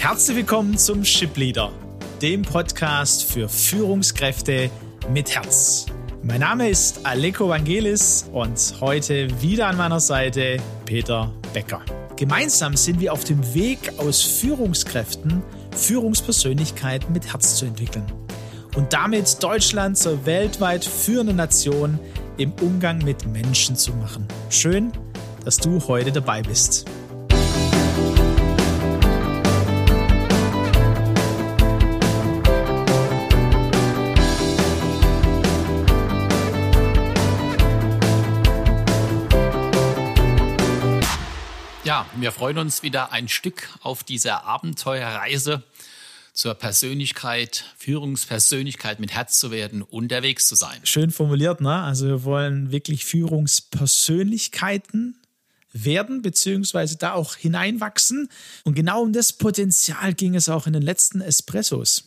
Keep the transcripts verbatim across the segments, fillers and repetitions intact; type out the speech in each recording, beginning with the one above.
Herzlich willkommen zum Ship Leader, dem Podcast für Führungskräfte mit Herz. Mein Name ist Aleko Vangelis und heute wieder an meiner Seite Peter Becker. Gemeinsam sind wir auf dem Weg, aus Führungskräften Führungspersönlichkeiten mit Herz zu entwickeln und damit Deutschland zur weltweit führenden Nation im Umgang mit Menschen zu machen. Schön, dass du heute dabei bist. Ja, wir freuen uns wieder ein Stück auf dieser Abenteuerreise zur Persönlichkeit, Führungspersönlichkeit mit Herz zu werden, unterwegs zu sein. Schön formuliert, ne? Also wir wollen wirklich Führungspersönlichkeiten werden, beziehungsweise da auch hineinwachsen. Und genau um das Potenzial ging es auch in den letzten Espressos.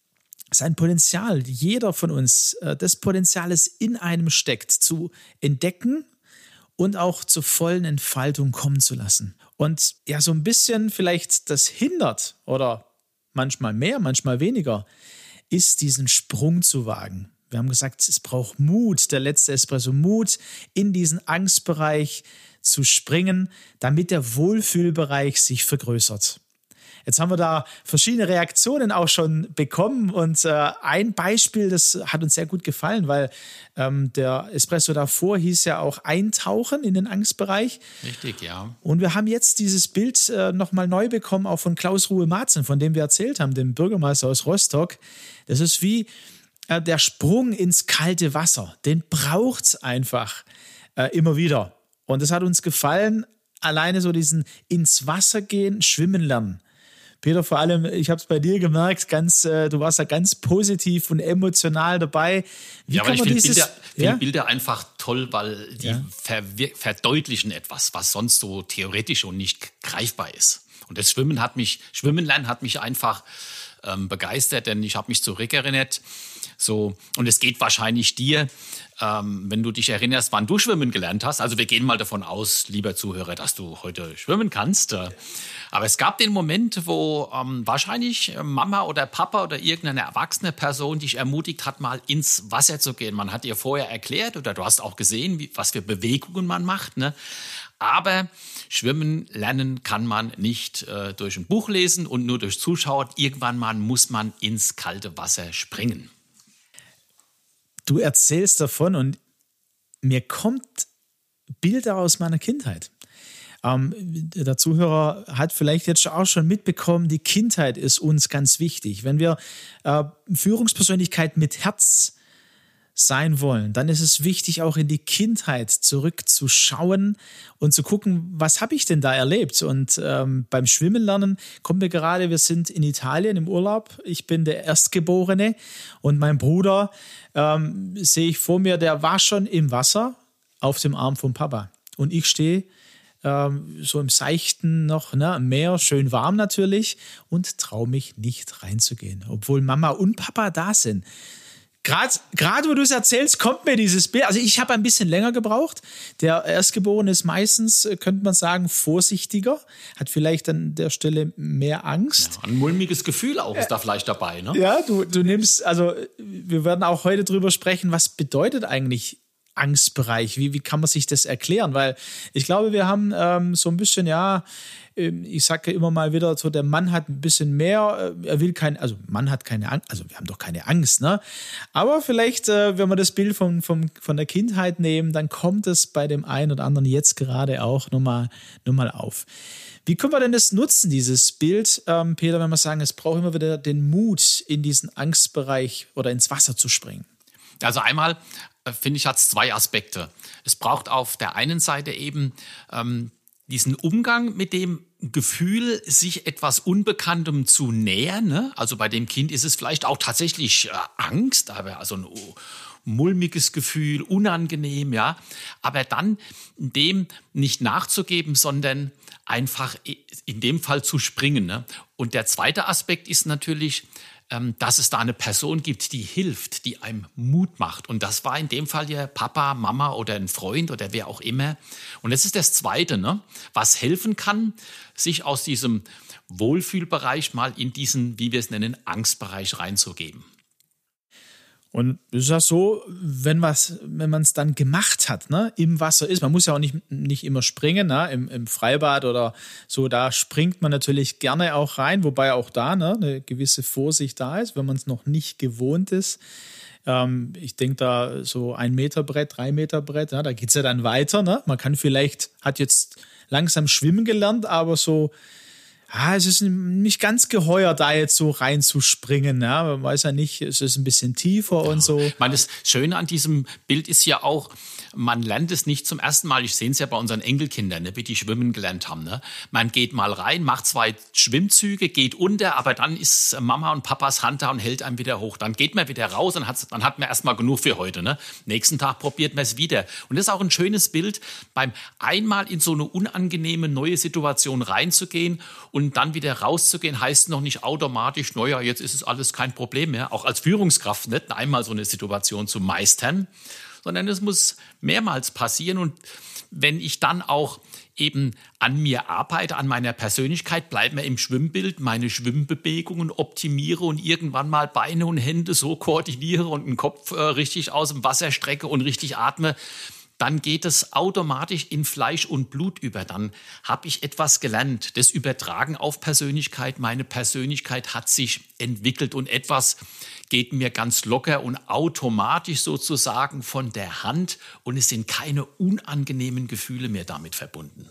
Sein Potenzial, jeder von uns, das Potenzial, das in einem steckt, zu entdecken und auch zur vollen Entfaltung kommen zu lassen. Und ja, so ein bisschen vielleicht das hindert oder manchmal mehr, manchmal weniger, ist diesen Sprung zu wagen. Wir haben gesagt, es braucht Mut, der letzte Espresso, Mut in diesen Angstbereich zu springen, damit der Wohlfühlbereich sich vergrößert. Jetzt haben wir da verschiedene Reaktionen auch schon bekommen und äh, ein Beispiel, das hat uns sehr gut gefallen, weil ähm, der Espresso davor hieß ja auch Eintauchen in den Angstbereich. Richtig, ja. Und wir haben jetzt dieses Bild äh, nochmal neu bekommen, auch von Klaus-Ruhe Maaßen, von dem wir erzählt haben, dem Bürgermeister aus Rostock. Das ist wie äh, der Sprung ins kalte Wasser. Den braucht es einfach äh, immer wieder. Und das hat uns gefallen, alleine so diesen ins Wasser gehen, schwimmen lernen. Peter, vor allem, ich habe es bei dir gemerkt, ganz, äh, du warst da ganz positiv und emotional dabei. Wie ja, aber ich finde Bilder, ja? find Bilder einfach toll, weil die ja. verwir- verdeutlichen etwas, was sonst so theoretisch und nicht greifbar ist. Und das Schwimmen hat mich, Schwimmen lernen hat mich einfach ähm, begeistert, denn ich habe mich zurückerinnert. So, und es geht wahrscheinlich dir, ähm, wenn du dich erinnerst, wann du schwimmen gelernt hast. Also wir gehen mal davon aus, lieber Zuhörer, dass du heute schwimmen kannst. Äh, aber es gab den Moment, wo ähm, wahrscheinlich Mama oder Papa oder irgendeine erwachsene Person dich ermutigt hat, mal ins Wasser zu gehen. Man hat dir vorher erklärt oder du hast auch gesehen, wie, was für Bewegungen man macht, ne? Aber Schwimmen lernen kann man nicht äh, durch ein Buch lesen und nur durch Zuschauen. Irgendwann mal muss man ins kalte Wasser springen. Du erzählst davon und mir kommt Bilder aus meiner Kindheit. Ähm, der Zuhörer hat vielleicht jetzt auch schon mitbekommen, die Kindheit ist uns ganz wichtig. Wenn wir äh, Führungspersönlichkeit mit Herz sein wollen, dann ist es wichtig, auch in die Kindheit zurückzuschauen und zu gucken, was habe ich denn da erlebt? Und ähm, beim Schwimmen lernen kommen wir gerade, wir sind in Italien im Urlaub. Ich bin der Erstgeborene und mein Bruder ähm, sehe ich vor mir, der war schon im Wasser auf dem Arm vom Papa. Und ich stehe ähm, so im Seichten noch, ne, im Meer, schön warm natürlich, und traue mich nicht reinzugehen, obwohl Mama und Papa da sind. Gerade, gerade wo du es erzählst, kommt mir dieses Bild. Also ich habe ein bisschen länger gebraucht. Der Erstgeborene ist meistens, könnte man sagen, vorsichtiger, hat vielleicht an der Stelle mehr Angst. Ja, ein mulmiges Gefühl auch ist äh, da vielleicht dabei, ne? Ja, du, du nimmst, also wir werden auch heute drüber sprechen, was bedeutet eigentlich Angstbereich? Wie, wie kann man sich das erklären? Weil ich glaube, wir haben ähm, so ein bisschen, ja, ich sage immer mal wieder, so der Mann hat ein bisschen mehr, er will kein, also Mann hat keine Angst, also wir haben doch keine Angst, ne? Aber vielleicht, äh, wenn wir das Bild von, von, von der Kindheit nehmen, dann kommt es bei dem einen oder anderen jetzt gerade auch nochmal noch mal auf. Wie können wir denn das nutzen, dieses Bild, ähm, Peter, wenn wir sagen, es braucht immer wieder den Mut, in diesen Angstbereich oder ins Wasser zu springen? Also einmal, äh, finde ich, hat es zwei Aspekte. Es braucht auf der einen Seite eben ähm, diesen Umgang mit dem Gefühl, sich etwas Unbekanntem zu nähern. Ne? Also bei dem Kind ist es vielleicht auch tatsächlich äh, Angst, aber also ein oh, mulmiges Gefühl, unangenehm, ja. Aber dann dem nicht nachzugeben, sondern einfach in dem Fall zu springen. Ne? Und der zweite Aspekt ist natürlich, dass es da eine Person gibt, die hilft, die einem Mut macht. Und das war in dem Fall ja Papa, Mama oder ein Freund oder wer auch immer. Und das ist das Zweite, ne? Was helfen kann, sich aus diesem Wohlfühlbereich mal in diesen, wie wir es nennen, Angstbereich reinzugeben. Und es ist ja so, wenn was, wenn man es dann gemacht hat, ne, im Wasser ist, man muss ja auch nicht, nicht immer springen, ne, im, im Freibad oder so, da springt man natürlich gerne auch rein, wobei auch da ne, eine gewisse Vorsicht da ist, wenn man es noch nicht gewohnt ist. Ähm, ich denke da so ein Meter Brett, drei Meter Brett, ja, da geht es ja dann weiter. Ne? Man kann vielleicht, hat jetzt langsam schwimmen gelernt, aber so, Ah, es ist nicht ganz geheuer, da jetzt so reinzuspringen. Ja. Man weiß ja nicht, es ist ein bisschen tiefer und so. Ich meine, das Schöne an diesem Bild ist ja auch, man lernt es nicht zum ersten Mal. Ich sehe es ja bei unseren Enkelkindern, ne, wie die schwimmen gelernt haben. Ne. Man geht mal rein, macht zwei Schwimmzüge, geht unter, aber dann ist Mama und Papas Hand da und hält einen wieder hoch. Dann geht man wieder raus und hat, dann hat man erstmal genug für heute. Ne. Nächsten Tag probiert man es wieder. Und das ist auch ein schönes Bild, beim einmal in so eine unangenehme neue Situation reinzugehen und dann wieder rauszugehen, heißt noch nicht automatisch, naja, jetzt ist es alles kein Problem mehr. Auch als Führungskraft nicht einmal so eine Situation zu meistern, sondern es muss mehrmals passieren. Und wenn ich dann auch eben an mir arbeite, an meiner Persönlichkeit, bleibe mir im Schwimmbild, meine Schwimmbewegungen optimiere und irgendwann mal Beine und Hände so koordiniere und den Kopf äh, richtig aus dem Wasser strecke und richtig atme, dann geht es automatisch in Fleisch und Blut über. Dann habe ich etwas gelernt, das Übertragen auf Persönlichkeit. Meine Persönlichkeit hat sich entwickelt und etwas geht mir ganz locker und automatisch sozusagen von der Hand und es sind keine unangenehmen Gefühle mehr damit verbunden.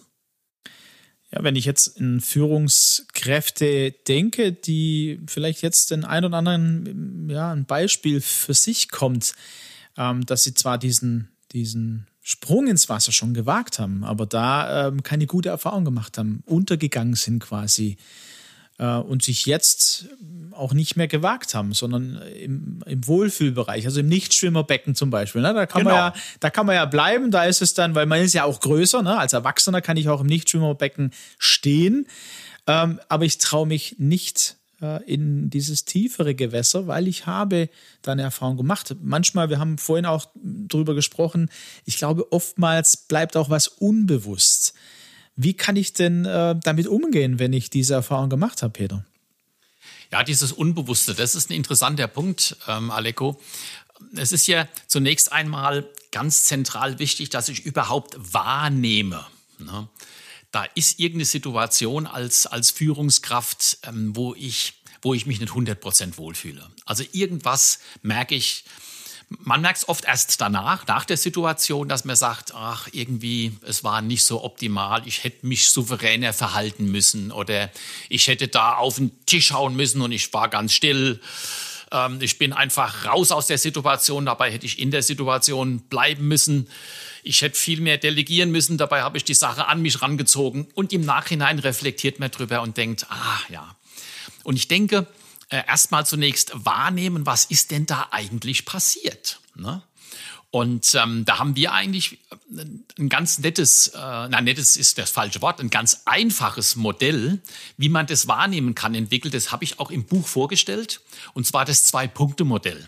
Ja, wenn ich jetzt an Führungskräfte denke, die vielleicht jetzt den ein oder anderen, ja, ein Beispiel für sich kommt, ähm, dass sie zwar diesen, diesen Sprung ins Wasser schon gewagt haben, aber da ähm, keine gute Erfahrung gemacht haben, untergegangen sind quasi äh, und sich jetzt auch nicht mehr gewagt haben, sondern im, im Wohlfühlbereich, also im Nichtschwimmerbecken zum Beispiel. Ne? Da, kann genau. man ja, da kann man ja bleiben, da ist es dann, weil man ist ja auch größer, ne? Als Erwachsener kann ich auch im Nichtschwimmerbecken stehen, ähm, aber ich traue mich nicht in dieses tiefere Gewässer, weil ich habe da eine Erfahrung gemacht. Manchmal, wir haben vorhin auch drüber gesprochen, ich glaube, oftmals bleibt auch was unbewusst. Wie kann ich denn äh, damit umgehen, wenn ich diese Erfahrung gemacht habe, Peter? Ja, dieses Unbewusste, das ist ein interessanter Punkt, ähm, Aleko. Es ist ja zunächst einmal ganz zentral wichtig, dass ich überhaupt wahrnehme, ne? Da ist irgendeine Situation als, als Führungskraft, ähm, wo ich, wo ich mich nicht hundert Prozent wohlfühle. Also irgendwas merke ich, man merkt es oft erst danach, nach der Situation, dass man sagt, ach, irgendwie, es war nicht so optimal, ich hätte mich souveräner verhalten müssen oder ich hätte da auf den Tisch hauen müssen und ich war ganz still. Ähm, ich bin einfach raus aus der Situation, dabei hätte ich in der Situation bleiben müssen. Ich hätte viel mehr delegieren müssen, dabei habe ich die Sache an mich rangezogen und im Nachhinein reflektiert man drüber und denkt, ah ja. Und ich denke, äh, erstmal zunächst wahrnehmen, was ist denn da eigentlich passiert, ne? Und ähm, da haben wir eigentlich ein ganz nettes, äh, nein, nettes ist das falsche Wort, ein ganz einfaches Modell, wie man das wahrnehmen kann, entwickelt. Das habe ich auch im Buch vorgestellt, und zwar das Zwei-Punkte-Modell.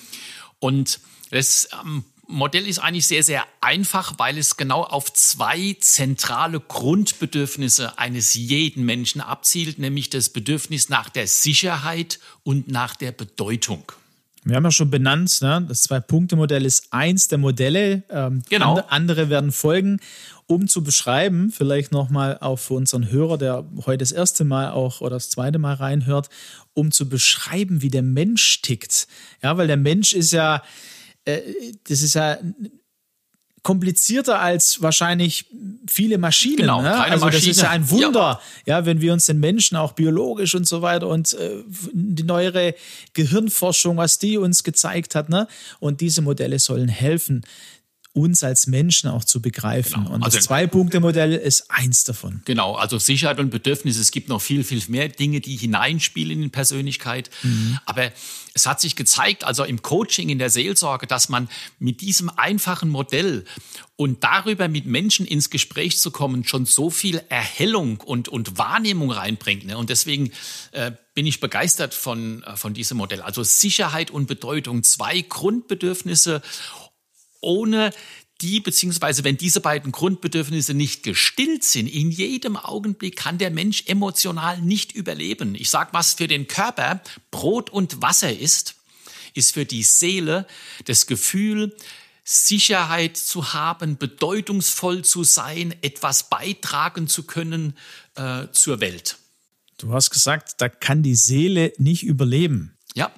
Und das ähm, Modell ist eigentlich sehr, sehr einfach, weil es genau auf zwei zentrale Grundbedürfnisse eines jeden Menschen abzielt, nämlich das Bedürfnis nach der Sicherheit und nach der Bedeutung. Wir haben ja schon benannt, ne? Das Zwei-Punkte-Modell ist eins der Modelle. Ähm, genau. and- andere werden folgen. Um zu beschreiben, vielleicht nochmal auch für unseren Hörer, der heute das erste Mal auch oder das zweite Mal reinhört, um zu beschreiben, wie der Mensch tickt. Ja, weil der Mensch ist ja, äh, das ist ja komplizierter als wahrscheinlich viele Maschinen. Genau, ne? keine Also das Maschine. ist ja ein Wunder, ja. ja, wenn wir uns den Menschen auch biologisch und so weiter und äh, die neuere Gehirnforschung, was die uns gezeigt hat, ne? Und diese Modelle sollen helfen, uns als Menschen auch zu begreifen. Genau. Und Also, das Zwei-Punkte-Modell ist eins davon. Genau, also Sicherheit und Bedürfnisse. Es gibt noch viel, viel mehr Dinge, die hineinspielen in die Persönlichkeit. Mhm. Aber es hat sich gezeigt, also im Coaching, in der Seelsorge, dass man mit diesem einfachen Modell und darüber mit Menschen ins Gespräch zu kommen, schon so viel Erhellung und, und Wahrnehmung reinbringt. Ne? Und deswegen äh, bin ich begeistert von, äh, von diesem Modell. Also Sicherheit und Bedeutung, zwei Grundbedürfnisse, ohne die, beziehungsweise wenn diese beiden Grundbedürfnisse nicht gestillt sind, in jedem Augenblick kann der Mensch emotional nicht überleben. Ich sage, was für den Körper Brot und Wasser ist, ist für die Seele das Gefühl, Sicherheit zu haben, bedeutungsvoll zu sein, etwas beitragen zu können äh, zur Welt. Du hast gesagt, da kann die Seele nicht überleben. Ja.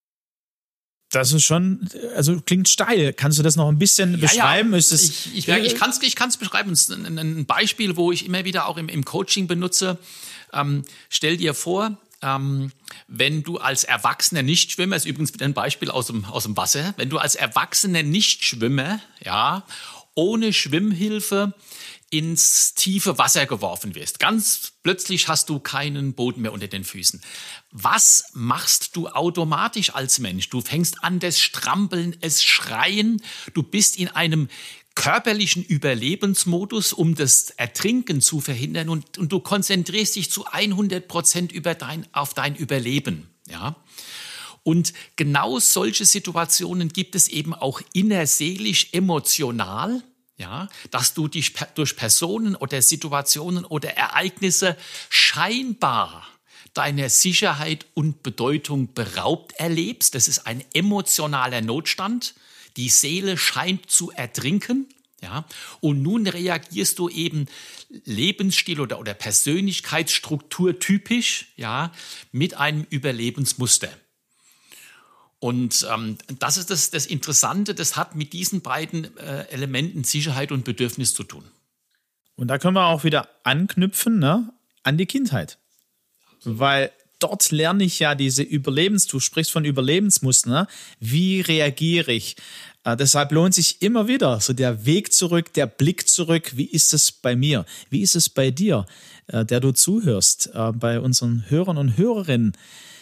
Das ist schon, also klingt steil. Kannst du das noch ein bisschen ja, beschreiben? Ja. Ist das, ich ich, ich kann es ich kann's beschreiben. Ein, ein Beispiel, wo ich immer wieder auch im, im Coaching benutze. Ähm, stell dir vor, ähm, wenn du als Erwachsener Nichtschwimmer, ist übrigens wieder ein Beispiel aus dem, aus dem Wasser, wenn du als Erwachsener Nichtschwimmer, ja, ohne Schwimmhilfe ins tiefe Wasser geworfen wirst. Ganz plötzlich hast du keinen Boden mehr unter den Füßen. Was machst du automatisch als Mensch? Du fängst an, das Strampeln, es Schreien. Du bist in einem körperlichen Überlebensmodus, um das Ertrinken zu verhindern und, und du konzentrierst dich zu hundert Prozent über dein, auf dein Überleben. Ja? Und genau solche Situationen gibt es eben auch innerseelisch, emotional. Ja, dass du dich durch Personen oder Situationen oder Ereignisse scheinbar deiner Sicherheit und Bedeutung beraubt erlebst. Das ist ein emotionaler Notstand. Die Seele scheint zu ertrinken. Ja, und nun reagierst du eben Lebensstil oder, oder Persönlichkeitsstruktur typisch, ja, mit einem Überlebensmuster. Und ähm, das ist das, das Interessante, das hat mit diesen beiden äh, Elementen Sicherheit und Bedürfnis zu tun. Und da können wir auch wieder anknüpfen, ne, an die Kindheit. Weil dort lerne ich ja diese Überlebens, du sprichst von Überlebensmustern, ne? Wie reagiere ich? Äh, deshalb lohnt sich immer wieder so der Weg zurück, der Blick zurück. Wie ist es bei mir? Wie ist es bei dir, äh, der du zuhörst, äh, bei unseren Hörern und Hörerinnen?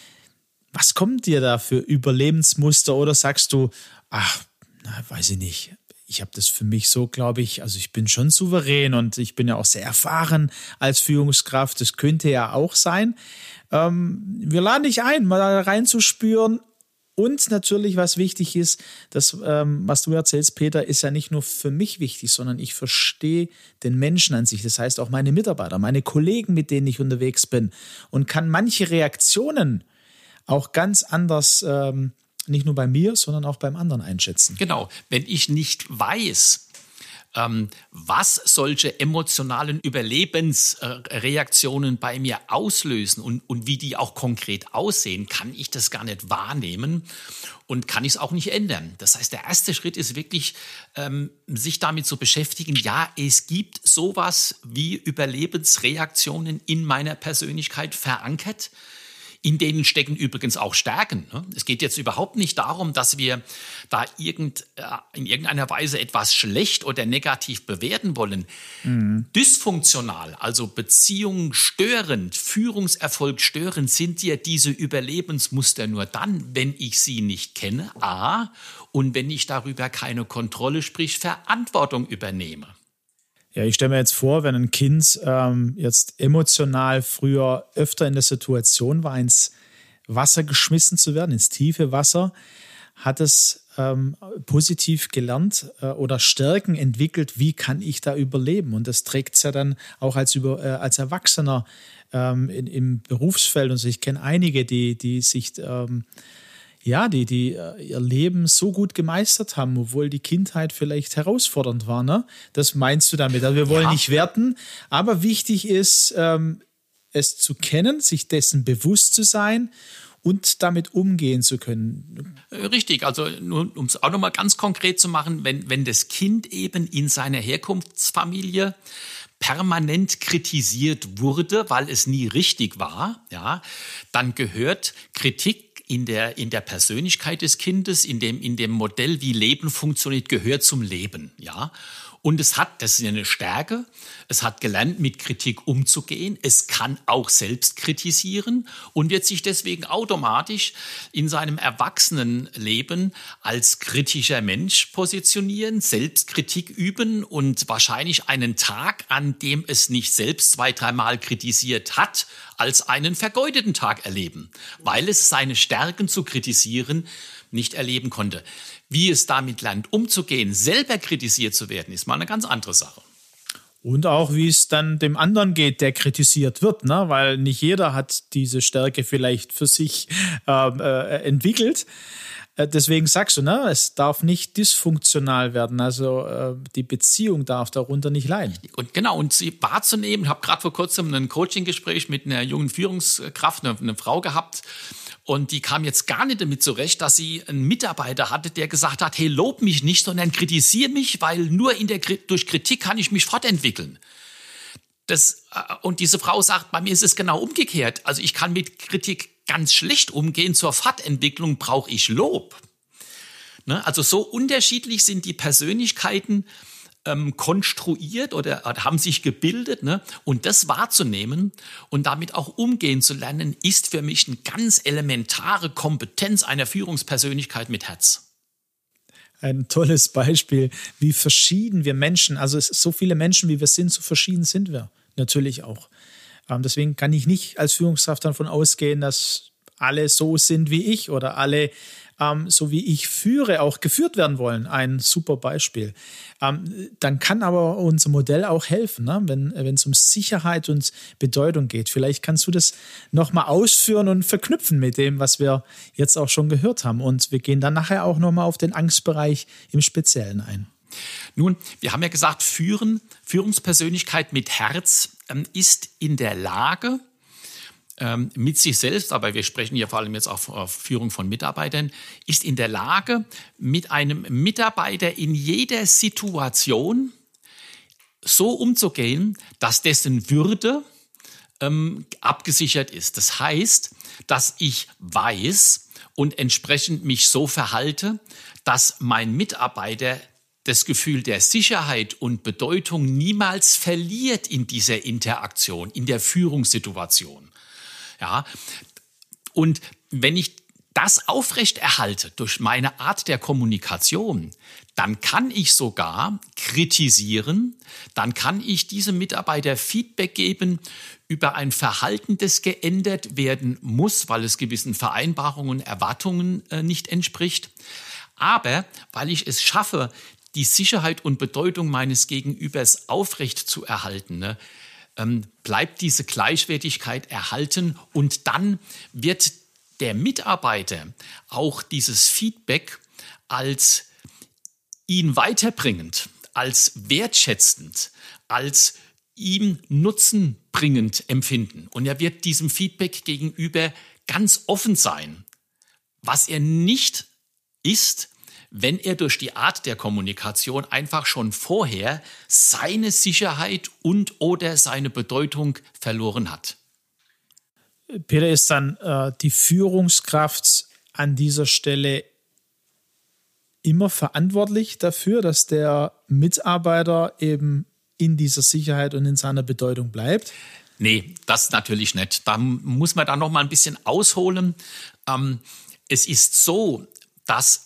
Was kommt dir da für Überlebensmuster oder sagst du, ach, na, weiß ich nicht, ich habe das für mich so, glaube ich, also ich bin schon souverän und ich bin ja auch sehr erfahren als Führungskraft, das könnte ja auch sein. Ähm, wir laden dich ein, mal da reinzuspüren und natürlich, was wichtig ist, das, ähm, was du erzählst, Peter, ist ja nicht nur für mich wichtig, sondern ich verstehe den Menschen an sich, das heißt auch meine Mitarbeiter, meine Kollegen, mit denen ich unterwegs bin und kann manche Reaktionen auch ganz anders, ähm, nicht nur bei mir, sondern auch beim anderen einschätzen. Genau. Wenn ich nicht weiß, ähm, was solche emotionalen Überlebensreaktionen äh, bei mir auslösen und, und wie die auch konkret aussehen, kann ich das gar nicht wahrnehmen und kann ich es auch nicht ändern. Das heißt, der erste Schritt ist wirklich, ähm, sich damit zu beschäftigen, ja, es gibt sowas wie Überlebensreaktionen in meiner Persönlichkeit verankert. In denen stecken übrigens auch Stärken. Es geht jetzt überhaupt nicht darum, dass wir da irgend, in irgendeiner Weise etwas schlecht oder negativ bewerten wollen. Mhm. Dysfunktional, also Beziehungen störend, Führungserfolg störend, sind ja diese Überlebensmuster nur dann, wenn ich sie nicht kenne, A, und wenn ich darüber keine Kontrolle, sprich Verantwortung übernehme. Ja, ich stelle mir jetzt vor, wenn ein Kind ähm, jetzt emotional früher öfter in der Situation war, ins Wasser geschmissen zu werden, ins tiefe Wasser, hat es ähm, positiv gelernt äh, oder Stärken entwickelt, wie kann ich da überleben? Und das trägt es ja dann auch als, über, äh, als Erwachsener ähm, in, im Berufsfeld. Und so, ich kenne einige, die, die sich... Ähm, Ja, die, die ihr Leben so gut gemeistert haben, obwohl die Kindheit vielleicht herausfordernd war. Ne? Das meinst du damit? Also wir wollen ja. nicht werten, aber wichtig ist, ähm, es zu kennen, sich dessen bewusst zu sein und damit umgehen zu können. Richtig, also nur, um es auch nochmal ganz konkret zu machen, wenn, wenn das Kind eben in seiner Herkunftsfamilie permanent kritisiert wurde, weil es nie richtig war, ja, dann gehört Kritik in der, in der Persönlichkeit des Kindes, in dem, in dem Modell, wie Leben funktioniert, gehört zum Leben, ja. Und es hat, das ist eine Stärke, es hat gelernt, mit Kritik umzugehen. Es kann auch selbst kritisieren und wird sich deswegen automatisch in seinem Erwachsenenleben als kritischer Mensch positionieren, Selbstkritik üben und wahrscheinlich einen Tag, an dem es nicht selbst zwei, dreimal kritisiert hat, als einen vergeudeten Tag erleben, weil es seine Stärken zu kritisieren nicht erleben konnte. Wie es damit lernt, umzugehen, selber kritisiert zu werden, ist mal eine ganz andere Sache. Und auch, wie es dann dem anderen geht, der kritisiert wird, ne? Weil nicht jeder hat diese Stärke vielleicht für sich äh, äh, entwickelt. Äh, deswegen sagst du, ne, es darf nicht dysfunktional werden, also äh, die Beziehung darf darunter nicht leiden. Und genau, und sie wahrzunehmen, ich habe gerade vor kurzem ein Coaching-Gespräch mit einer jungen Führungskraft, eine, eine Frau gehabt, und die kam jetzt gar nicht damit zurecht, dass sie einen Mitarbeiter hatte, der gesagt hat, hey, lob mich nicht, sondern kritisiere mich, weil nur in der, durch Kritik kann ich mich fortentwickeln. Das, und diese Frau sagt, bei mir ist es genau umgekehrt. Also ich kann mit Kritik ganz schlecht umgehen, zur Fortentwicklung brauche ich Lob. Ne? Also so unterschiedlich sind die Persönlichkeiten ähm, konstruiert oder, oder haben sich gebildet. Ne? Und das wahrzunehmen und damit auch umgehen zu lernen, ist für mich eine ganz elementare Kompetenz einer Führungspersönlichkeit mit Herz. Ein tolles Beispiel, wie verschieden wir Menschen, also es, so viele Menschen, wie wir sind, so verschieden sind wir natürlich auch. Ähm, deswegen kann ich nicht als Führungskraft davon ausgehen, dass alle so sind wie ich oder alle ähm, so wie ich führe, auch geführt werden wollen. Ein super Beispiel. Ähm, dann kann aber unser Modell auch helfen, ne? wenn wenn es um Sicherheit und Bedeutung geht. Vielleicht kannst du das nochmal ausführen und verknüpfen mit dem, was wir jetzt auch schon gehört haben. Und wir gehen dann nachher auch nochmal auf den Angstbereich im Speziellen ein. Nun, wir haben ja gesagt, Führen, Führungspersönlichkeit mit Herz ähm, ist in der Lage, ähm, mit sich selbst, aber wir sprechen hier vor allem jetzt auch auf Führung von Mitarbeitern, ist in der Lage, mit einem Mitarbeiter in jeder Situation so umzugehen, dass dessen Würde ähm, abgesichert ist. Das heißt, dass ich weiß und entsprechend mich so verhalte, dass mein Mitarbeiter das Gefühl der Sicherheit und Bedeutung niemals verliert in dieser Interaktion, in der Führungssituation. Ja, und wenn ich das aufrechterhalte durch meine Art der Kommunikation, dann kann ich sogar kritisieren, dann kann ich diesem Mitarbeiter Feedback geben über ein Verhalten, das geändert werden muss, weil es gewissen Vereinbarungen und Erwartungen äh, nicht entspricht. Aber weil ich es schaffe, die Sicherheit und Bedeutung meines Gegenübers aufrecht zu erhalten, ne, ähm, bleibt diese Gleichwertigkeit erhalten und dann wird der Mitarbeiter auch dieses Feedback als ihn weiterbringend, als wertschätzend, als ihm nutzenbringend empfinden. Und er wird diesem Feedback gegenüber ganz offen sein, was er nicht ist, wenn er durch die Art der Kommunikation einfach schon vorher seine Sicherheit und oder seine Bedeutung verloren hat. Peter, ist dann äh, die Führungskraft an dieser Stelle immer verantwortlich dafür, dass der Mitarbeiter eben in dieser Sicherheit und in seiner Bedeutung bleibt? Nee, das natürlich nicht. Da muss man dann noch mal ein bisschen ausholen. Ähm, es ist so, dass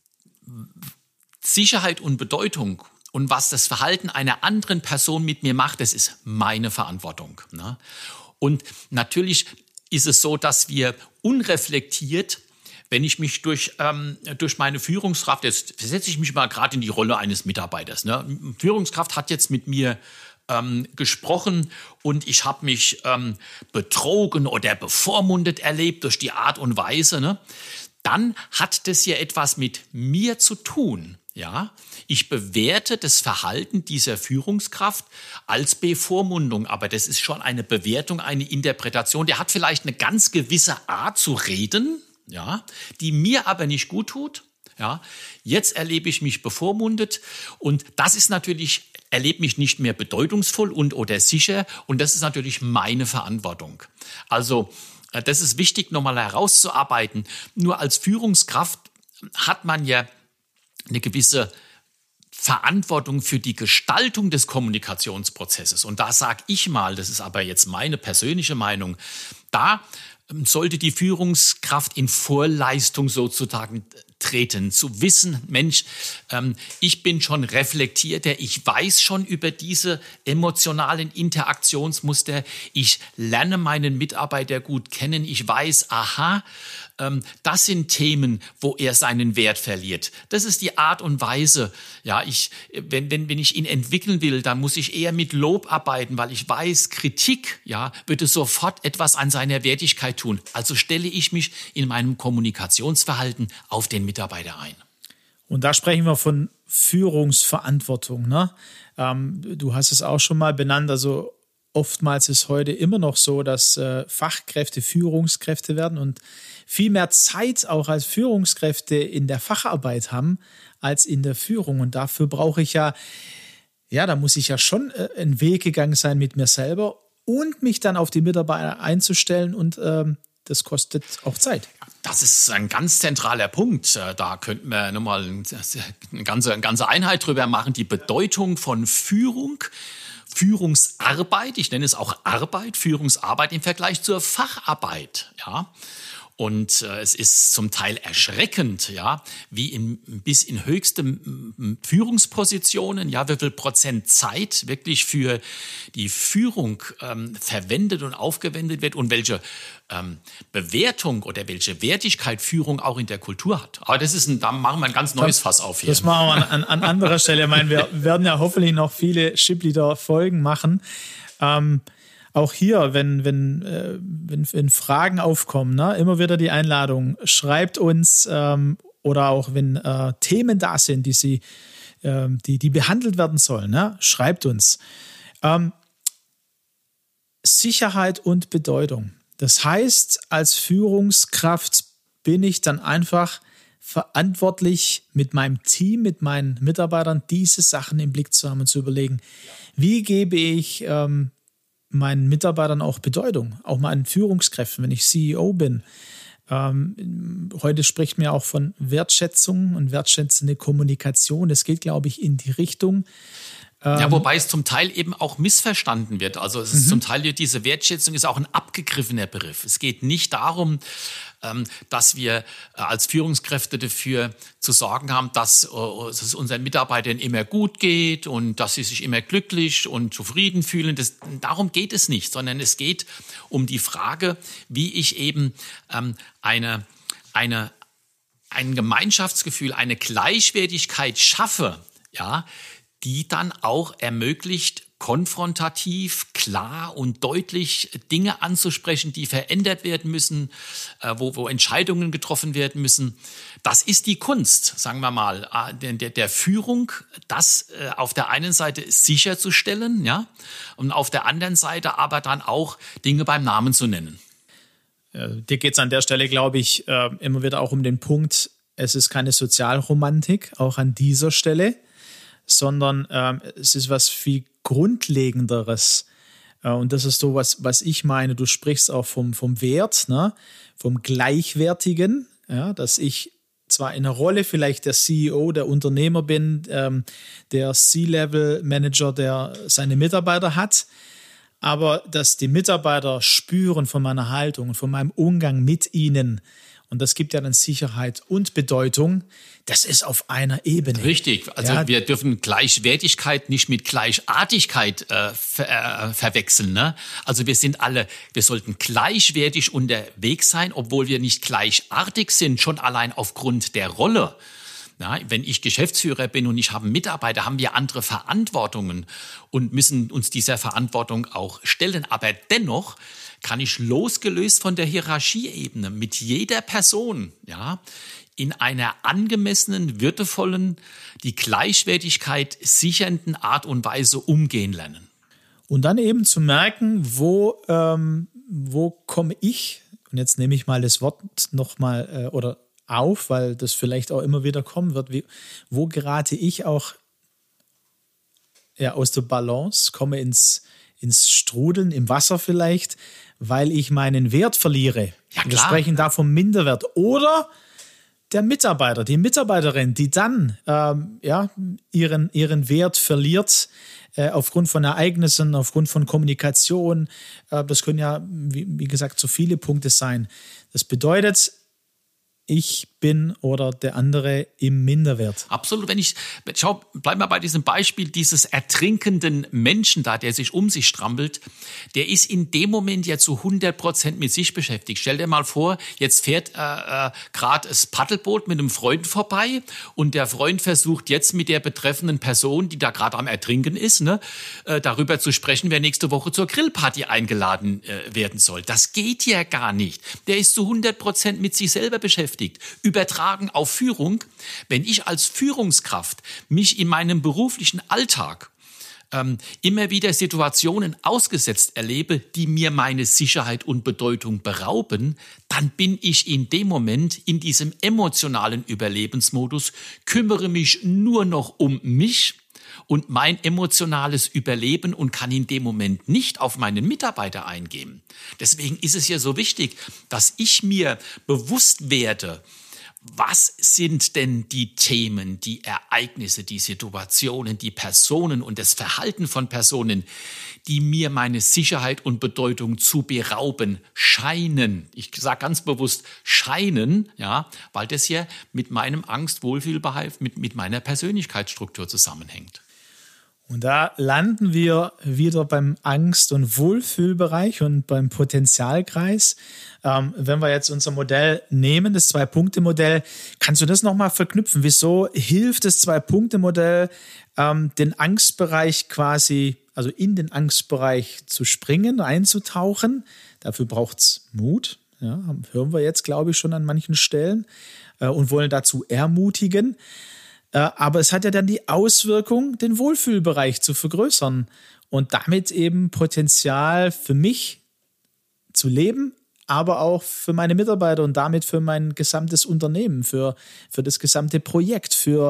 Sicherheit und Bedeutung und was das Verhalten einer anderen Person mit mir macht, das ist meine Verantwortung. Ne? Und natürlich ist es so, dass wir unreflektiert, wenn ich mich durch, ähm, durch meine Führungskraft, jetzt setze ich mich mal gerade in die Rolle eines Mitarbeiters. Ne? Führungskraft hat jetzt mit mir ähm, gesprochen und ich habe mich ähm, betrogen oder bevormundet erlebt durch die Art und Weise, ne? Dann hat das ja etwas mit mir zu tun. Ja? Ich bewerte das Verhalten dieser Führungskraft als Bevormundung, aber das ist schon eine Bewertung, eine Interpretation. Der hat vielleicht eine ganz gewisse Art zu reden, ja, die mir aber nicht gut tut. Ja? Jetzt erlebe ich mich bevormundet und das ist natürlich, erlebe mich nicht mehr bedeutungsvoll und oder sicher und das ist natürlich meine Verantwortung. Also das ist wichtig, nochmal herauszuarbeiten. Nur als Führungskraft hat man ja eine gewisse Verantwortung für die Gestaltung des Kommunikationsprozesses. Und da sage ich mal, das ist aber jetzt meine persönliche Meinung, da sollte die Führungskraft in Vorleistung sozusagen treten, zu wissen, Mensch, ähm, ich bin schon reflektierter, ich weiß schon über diese emotionalen Interaktionsmuster, ich lerne meinen Mitarbeiter gut kennen, ich weiß, aha, ähm, das sind Themen, wo er seinen Wert verliert. Das ist die Art und Weise, ja, ich, wenn, wenn, wenn ich ihn entwickeln will, dann muss ich eher mit Lob arbeiten, weil ich weiß, Kritik, ja, würde sofort etwas an seiner Wertigkeit tun. Also stelle ich mich in meinem Kommunikationsverhalten auf den Mitarbeiter ein. Und da sprechen wir von Führungsverantwortung, ne? Ähm, du hast es auch schon mal benannt, also oftmals ist heute immer noch so, dass äh, Fachkräfte Führungskräfte werden und viel mehr Zeit auch als Führungskräfte in der Facharbeit haben als in der Führung. Und dafür brauche ich ja, ja, da muss ich ja schon äh, einen Weg gegangen sein mit mir selber und mich dann auf die Mitarbeiter einzustellen und ähm, das kostet auch Zeit. Das ist ein ganz zentraler Punkt. Da könnten wir nochmal eine ganze, eine ganze Einheit drüber machen. Die Bedeutung von Führung, Führungsarbeit, ich nenne es auch Arbeit, Führungsarbeit im Vergleich zur Facharbeit, ja. Und äh, es ist zum Teil erschreckend, ja, wie in, bis in höchste m, Führungspositionen, ja, wie viel Prozent Zeit wirklich für die Führung ähm, verwendet und aufgewendet wird und welche ähm, Bewertung oder welche Wertigkeit Führung auch in der Kultur hat. Aber das ist ein, da machen wir ein ganz neues Fass auf hier. Das machen wir an, an anderer Stelle. Ich meine, wir werden ja hoffentlich noch viele Shipleader-Folgen machen. Ähm, Auch hier, wenn, wenn, äh, wenn, wenn Fragen aufkommen, ne, immer wieder die Einladung, schreibt uns ähm, oder auch wenn äh, Themen da sind, die, sie, äh, die, die behandelt werden sollen, ne, schreibt uns. Ähm, Sicherheit und Bedeutung. Das heißt, als Führungskraft bin ich dann einfach verantwortlich, mit meinem Team, mit meinen Mitarbeitern diese Sachen im Blick zu haben und zu überlegen, wie gebe ich ähm, meinen Mitarbeitern auch Bedeutung, auch meinen Führungskräften, wenn ich C E O bin. Ähm, heute spricht man auch von Wertschätzung und wertschätzende Kommunikation. Das geht, glaube ich, in die Richtung. Ähm, ja, wobei es zum Teil eben auch missverstanden wird. Also es ist mhm. zum Teil, diese Wertschätzung ist auch ein abgegriffener Begriff. Es geht nicht darum, ähm, dass wir äh, als Führungskräfte dafür zu sorgen haben, dass, äh, dass es unseren Mitarbeitern immer gut geht und dass sie sich immer glücklich und zufrieden fühlen. Das, darum geht es nicht, sondern es geht um die Frage, wie ich eben ähm, eine, eine, ein Gemeinschaftsgefühl, eine Gleichwertigkeit schaffe, ja, die dann auch ermöglicht, konfrontativ, klar und deutlich Dinge anzusprechen, die verändert werden müssen, äh, wo, wo Entscheidungen getroffen werden müssen. Das ist die Kunst, sagen wir mal, der, der Führung, das äh, auf der einen Seite sicherzustellen, ja, und auf der anderen Seite aber dann auch Dinge beim Namen zu nennen. Ja, dir geht es an der Stelle, glaube ich, äh, immer wieder auch um den Punkt, es ist keine Sozialromantik, auch an dieser Stelle, sondern ähm, es ist was viel Grundlegenderes. Äh, und das ist so, was, was ich meine. Du sprichst auch vom, vom Wert, ne? Vom Gleichwertigen, ja? Dass ich zwar in einer Rolle vielleicht der C E O, der Unternehmer bin, ähm, der C-Level-Manager, der seine Mitarbeiter hat, aber dass die Mitarbeiter spüren von meiner Haltung und von meinem Umgang mit ihnen, und das gibt ja dann Sicherheit und Bedeutung. Das ist auf einer Ebene. Richtig. Also ja. Wir dürfen Gleichwertigkeit nicht mit Gleichartigkeit äh, ver, äh, verwechseln. Ne? Also wir sind alle, wir sollten gleichwertig unterwegs sein, obwohl wir nicht gleichartig sind, schon allein aufgrund der Rolle. Na, wenn ich Geschäftsführer bin und ich habe Mitarbeiter, haben wir andere Verantwortungen und müssen uns dieser Verantwortung auch stellen. Aber dennoch kann ich losgelöst von der Hierarchieebene mit jeder Person, ja, in einer angemessenen, würdevollen, die Gleichwertigkeit sichernden Art und Weise umgehen lernen. Und dann eben zu merken, wo, ähm, wo komme ich, und jetzt nehme ich mal das Wort nochmal äh, oder auf, weil das vielleicht auch immer wieder kommen wird, wie, wo gerate ich auch ja, aus der Balance, komme ins ins Strudeln, im Wasser vielleicht, weil ich meinen Wert verliere. Ja, klar. Wir sprechen da vom Minderwert. Oder der Mitarbeiter, die Mitarbeiterin, die dann ähm, ja, ihren, ihren Wert verliert äh, aufgrund von Ereignissen, aufgrund von Kommunikation. Äh, das können ja, wie, wie gesagt, so viele Punkte sein. Das bedeutet, ich bin oder der andere im Minderwert. Absolut. Wenn ich, schau, bleib mal bei diesem Beispiel dieses ertrinkenden Menschen da, der sich um sich strampelt, der ist in dem Moment ja zu hundert Prozent mit sich beschäftigt. Stell dir mal vor, jetzt fährt äh, äh, gerade das Paddelboot mit einem Freund vorbei und der Freund versucht jetzt mit der betreffenden Person, die da gerade am Ertrinken ist, ne, äh, darüber zu sprechen, wer nächste Woche zur Grillparty eingeladen äh, werden soll. Das geht ja gar nicht. Der ist zu hundert Prozent mit sich selber beschäftigt. Übertragen auf Führung, wenn ich als Führungskraft mich in meinem beruflichen Alltag ähm, immer wieder Situationen ausgesetzt erlebe, die mir meine Sicherheit und Bedeutung berauben, dann bin ich in dem Moment in diesem emotionalen Überlebensmodus, kümmere mich nur noch um mich und mein emotionales Überleben und kann in dem Moment nicht auf meinen Mitarbeiter eingehen. Deswegen ist es ja so wichtig, dass ich mir bewusst werde, was sind denn die Themen, die Ereignisse, die Situationen, die Personen und das Verhalten von Personen, die mir meine Sicherheit und Bedeutung zu berauben scheinen. Ich sage ganz bewusst scheinen, ja, weil das ja mit meinem Angst-Wohlfühlbereich, mit, mit meiner Persönlichkeitsstruktur zusammenhängt. Und da landen wir wieder beim Angst- und Wohlfühlbereich und beim Potenzialkreis. Ähm, wenn wir jetzt unser Modell nehmen, das Zwei-Punkte-Modell, kannst du das nochmal verknüpfen? Wieso hilft das Zwei-Punkte-Modell, ähm, den Angstbereich quasi, also in den Angstbereich zu springen, einzutauchen? Dafür braucht es Mut. Ja, hören wir jetzt, glaube ich, schon an manchen Stellen äh, und wollen dazu ermutigen. Aber es hat ja dann die Auswirkung, den Wohlfühlbereich zu vergrößern und damit eben Potenzial für mich zu leben, aber auch für meine Mitarbeiter und damit für mein gesamtes Unternehmen, für, für das gesamte Projekt, für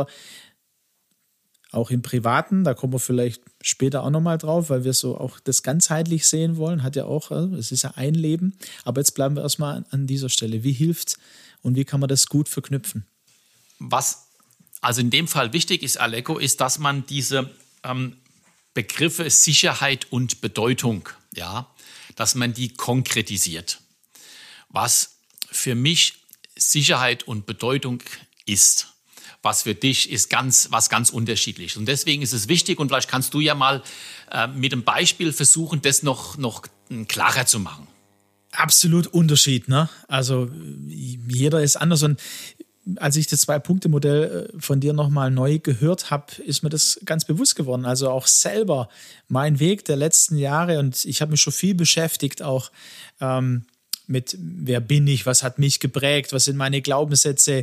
auch im Privaten, da kommen wir vielleicht später auch nochmal drauf, weil wir so auch das ganzheitlich sehen wollen, hat ja auch, es ist ja ein Leben, aber jetzt bleiben wir erstmal an dieser Stelle. Wie hilft und wie kann man das gut verknüpfen? Was also in dem Fall wichtig ist, Aleko, ist, dass man diese ähm, Begriffe Sicherheit und Bedeutung, ja, dass man die konkretisiert. Was für mich Sicherheit und Bedeutung ist, was für dich ist ganz, was ganz unterschiedlich. Und deswegen ist es wichtig, und vielleicht kannst du ja mal äh, mit einem Beispiel versuchen, das noch, noch klarer zu machen. Absolut Unterschied, ne? Also jeder ist anders und als ich das Zwei-Punkte-Modell von dir nochmal neu gehört habe, ist mir das ganz bewusst geworden. Also auch selber mein Weg der letzten Jahre und ich habe mich schon viel beschäftigt auch ähm, mit, wer bin ich, was hat mich geprägt, was sind meine Glaubenssätze.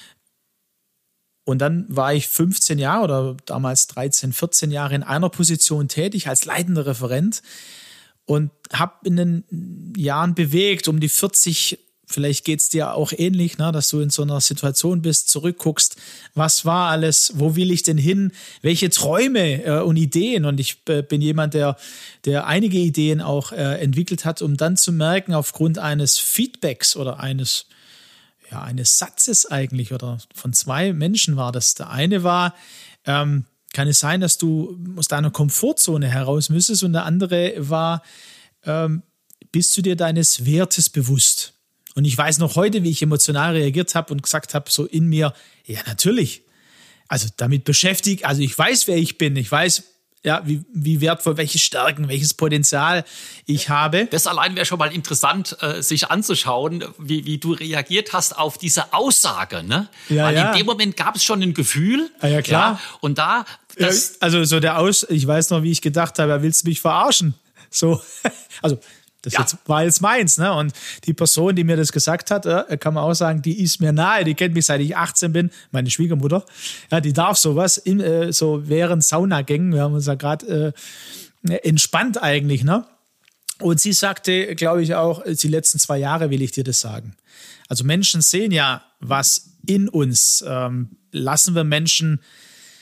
Und dann war ich fünfzehn Jahre oder damals dreizehn, vierzehn Jahre in einer Position tätig als leitender Referent und habe in den Jahren bewegt, um die vierzig. Vielleicht geht es dir auch ähnlich, ne, dass du in so einer Situation bist, zurückguckst, was war alles, wo will ich denn hin, welche Träume äh, und Ideen. Und ich äh, bin jemand, der, der einige Ideen auch äh, entwickelt hat, um dann zu merken, aufgrund eines Feedbacks oder eines, ja, eines Satzes eigentlich oder von zwei Menschen war das. Der eine war, ähm, kann es sein, dass du aus deiner Komfortzone heraus müsstest und der andere war, ähm, bist du dir deines Wertes bewusst? Und ich weiß noch heute, wie ich emotional reagiert habe und gesagt habe, so in mir, ja, natürlich. Also damit beschäftigt, also ich weiß, wer ich bin. Ich weiß, ja, wie, wie wertvoll, welche Stärken, welches Potenzial ich habe. Das allein wäre schon mal interessant, äh, sich anzuschauen, wie, wie du reagiert hast auf diese Aussage. Ne? Ja, Weil ja. in dem Moment gab es schon ein Gefühl. Ja, ja klar. Ja, und da... Das ja, also so der Aus, ich weiß noch, wie ich gedacht habe, willst du mich verarschen? So, also... Das ja. jetzt, war jetzt meins, ne? Und die Person, die mir das gesagt hat, äh, kann man auch sagen, die ist mir nahe, die kennt mich seit ich achtzehn bin, meine Schwiegermutter, ja, die darf sowas, in, äh, so während Saunagängen, wir haben uns ja gerade äh, entspannt eigentlich, ne? Und sie sagte, glaube ich auch, die letzten zwei Jahre will ich dir das sagen. Also Menschen sehen ja, was in uns, ähm, lassen wir Menschen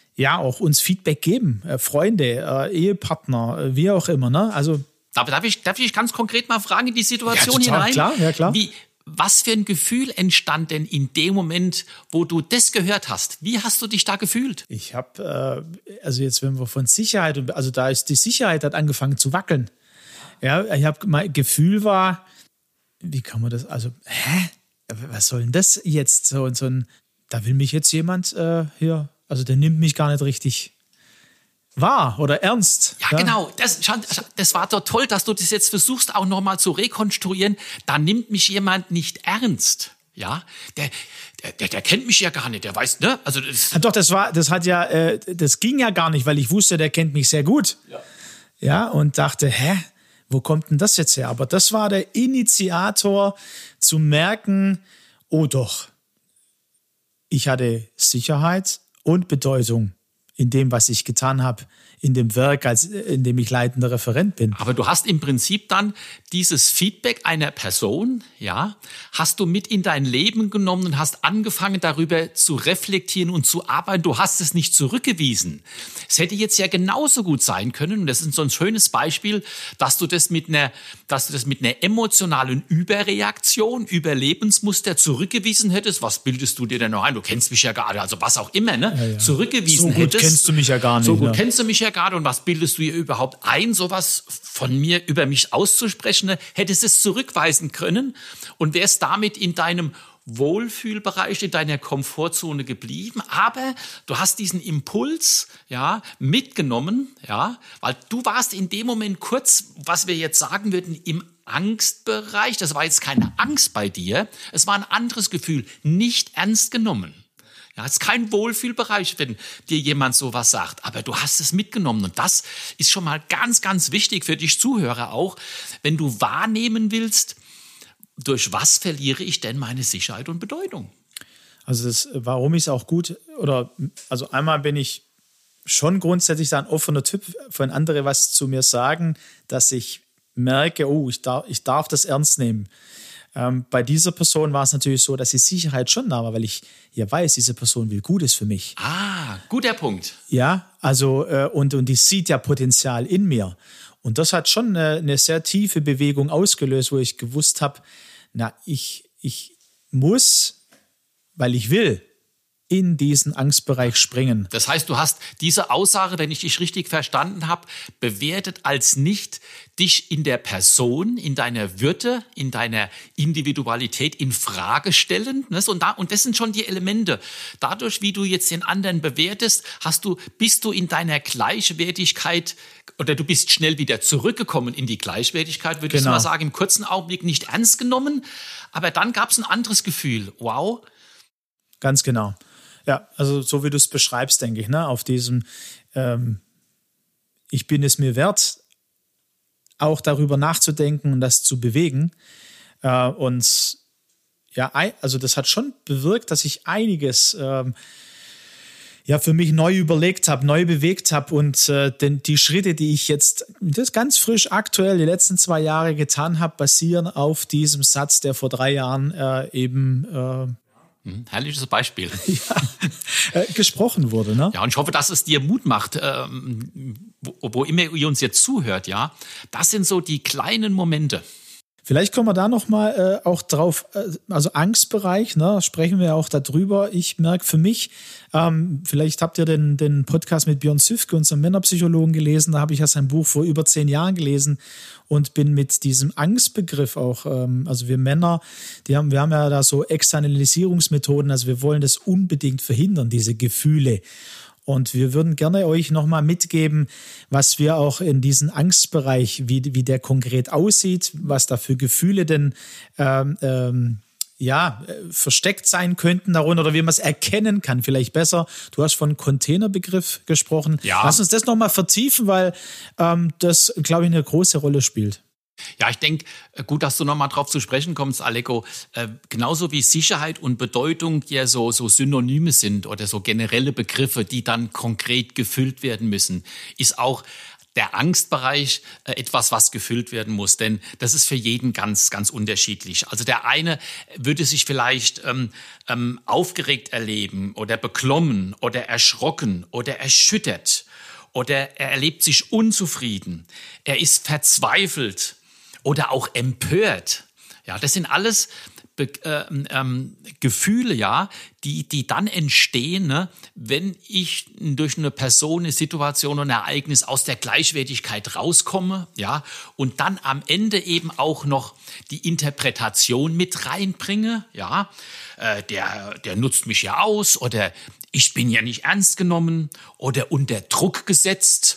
ja auch uns Feedback geben, äh, Freunde, äh, Ehepartner, äh, wie auch immer. Ne? Also, aber darf ich, darf ich ganz konkret mal fragen in die Situation ja, total, hinein? Klar, ja, klar. Wie, was für ein Gefühl entstand denn in dem Moment, wo du das gehört hast? Wie hast du dich da gefühlt? Ich habe, äh, also jetzt, wenn wir von Sicherheit, und also da ist die Sicherheit hat angefangen zu wackeln. Ja, ich habe, mein Gefühl war, wie kann man das, also, hä? Was soll denn das jetzt? So, so ein, da will mich jetzt jemand äh, hier, also der nimmt mich gar nicht richtig wahr oder ernst. Ja, ja? Genau. Das, das war doch toll, dass du das jetzt versuchst, auch nochmal zu rekonstruieren. Da nimmt mich jemand nicht ernst. Ja, der, der, der kennt mich ja gar nicht. Der weiß, ne? Also das ja, doch, das war, das hat ja, äh, das ging ja gar nicht, weil ich wusste, der kennt mich sehr gut. Ja, ja und dachte, hä? Wo kommt denn das jetzt her? Aber das war der Initiator, zu merken, oh doch, ich hatte Sicherheit und Bedeutung in dem, was ich getan habe, in dem Werk, als, in dem ich leitender Referent bin. Aber du hast im Prinzip dann dieses Feedback einer Person, ja, hast du mit in dein Leben genommen und hast angefangen, darüber zu reflektieren und zu arbeiten. Du hast es nicht zurückgewiesen. Es hätte jetzt ja genauso gut sein können, und das ist so ein schönes Beispiel, dass du das mit einer, dass du das mit einer emotionalen Überreaktion, Überlebensmuster zurückgewiesen hättest. Was bildest du dir denn noch ein? Du kennst mich ja gar nicht, also was auch immer, ne? Ja, ja. Zurückgewiesen so gut hättest. kennst du mich ja gar nicht. So gut ne? kennst du mich ja gerade, und was bildest du hier überhaupt ein, sowas von mir über mich auszusprechen? Hättest es zurückweisen können und wärst damit in deinem Wohlfühlbereich, in deiner Komfortzone geblieben, aber du hast diesen Impuls, ja, mitgenommen, ja, weil du warst in dem Moment kurz, was wir jetzt sagen würden, im Angstbereich. Das war jetzt keine Angst bei dir, es war ein anderes Gefühl, nicht ernst genommen. Ja, es ist kein Wohlfühlbereich, wenn dir jemand sowas sagt, aber du hast es mitgenommen, und das ist schon mal ganz, ganz wichtig für dich Zuhörer auch, wenn du wahrnehmen willst, durch was verliere ich denn meine Sicherheit und Bedeutung? Also das, warum ich es auch gut, oder also einmal bin ich schon grundsätzlich da ein offener Typ, wenn andere was zu mir sagen, dass ich merke, oh, ich darf, ich darf das ernst nehmen. Ähm, bei dieser Person war es natürlich so, dass die Sicherheit schon da war, weil ich ja weiß, diese Person will Gutes für mich. Ah, guter Punkt. Ja, also äh, und, und die sieht ja Potenzial in mir. Und das hat schon eine, eine sehr tiefe Bewegung ausgelöst, wo ich gewusst habe, na, ich, ich muss, weil ich will, in diesen Angstbereich springen. Das heißt, du hast diese Aussage, wenn ich dich richtig verstanden habe, bewertet als nicht dich in der Person, in deiner Würde, in deiner Individualität in Frage stellen. Und, da, und das sind schon die Elemente. Dadurch, wie du jetzt den anderen bewertest, hast du, bist du in deiner Gleichwertigkeit, oder du bist schnell wieder zurückgekommen in die Gleichwertigkeit, würde genau. ich mal sagen, im kurzen Augenblick nicht ernst genommen. Aber dann gab es ein anderes Gefühl. Wow. Ganz genau. Ja, also so wie du es beschreibst, denke ich, ne? Auf diesem ähm, ich bin es mir wert, auch darüber nachzudenken und das zu bewegen. Äh, und ja, also das hat schon bewirkt, dass ich einiges ähm, ja für mich neu überlegt habe, neu bewegt habe, und äh, denn die Schritte, die ich jetzt das ganz frisch aktuell die letzten zwei Jahre getan habe, basieren auf diesem Satz, der vor drei Jahren äh, eben äh, herrliches Beispiel. Ja, äh, gesprochen wurde, ne? Ja, und ich hoffe, dass es dir Mut macht, ähm, wo, wo immer ihr uns jetzt zuhört, ja. Das sind so die kleinen Momente. Vielleicht kommen wir da nochmal äh, auch drauf, äh, also Angstbereich, ne, sprechen wir auch darüber. Ich merke für mich, ähm, vielleicht habt ihr den, den Podcast mit Björn Süfke, unserem Männerpsychologen, gelesen. Da habe ich ja sein Buch vor über zehn Jahren gelesen und bin mit diesem Angstbegriff auch, ähm, also wir Männer, die haben, wir haben ja da so Externalisierungsmethoden, also wir wollen das unbedingt verhindern, diese Gefühle. Und wir würden gerne euch nochmal mitgeben, was wir auch in diesem Angstbereich, wie, wie der konkret aussieht, was da für Gefühle denn ähm, ähm, ja, versteckt sein könnten darunter, oder wie man es erkennen kann, vielleicht besser. Du hast von Containerbegriff gesprochen. Ja. Lass uns das nochmal vertiefen, weil ähm, das, glaube ich, eine große Rolle spielt. Ja, ich denke, gut, dass du nochmal drauf zu sprechen kommst, Aleko. Äh, genauso wie Sicherheit und Bedeutung ja so, so Synonyme sind oder so generelle Begriffe, die dann konkret gefüllt werden müssen, ist auch der Angstbereich äh, etwas, was gefüllt werden muss. Denn das ist für jeden ganz, ganz unterschiedlich. Also der eine würde sich vielleicht ähm, ähm, aufgeregt erleben oder beklommen oder erschrocken oder erschüttert oder er erlebt sich unzufrieden. Er ist verzweifelt oder auch empört. Ja, das sind alles Be äh, ähm, Gefühle, ja, die, die dann entstehen, ne, wenn ich durch eine Person, eine Situation und ein Ereignis aus der Gleichwertigkeit rauskomme, ja, und dann am Ende eben auch noch die Interpretation mit reinbringe, ja, äh, der, der nutzt mich ja aus oder ich bin ja nicht ernst genommen oder unter Druck gesetzt,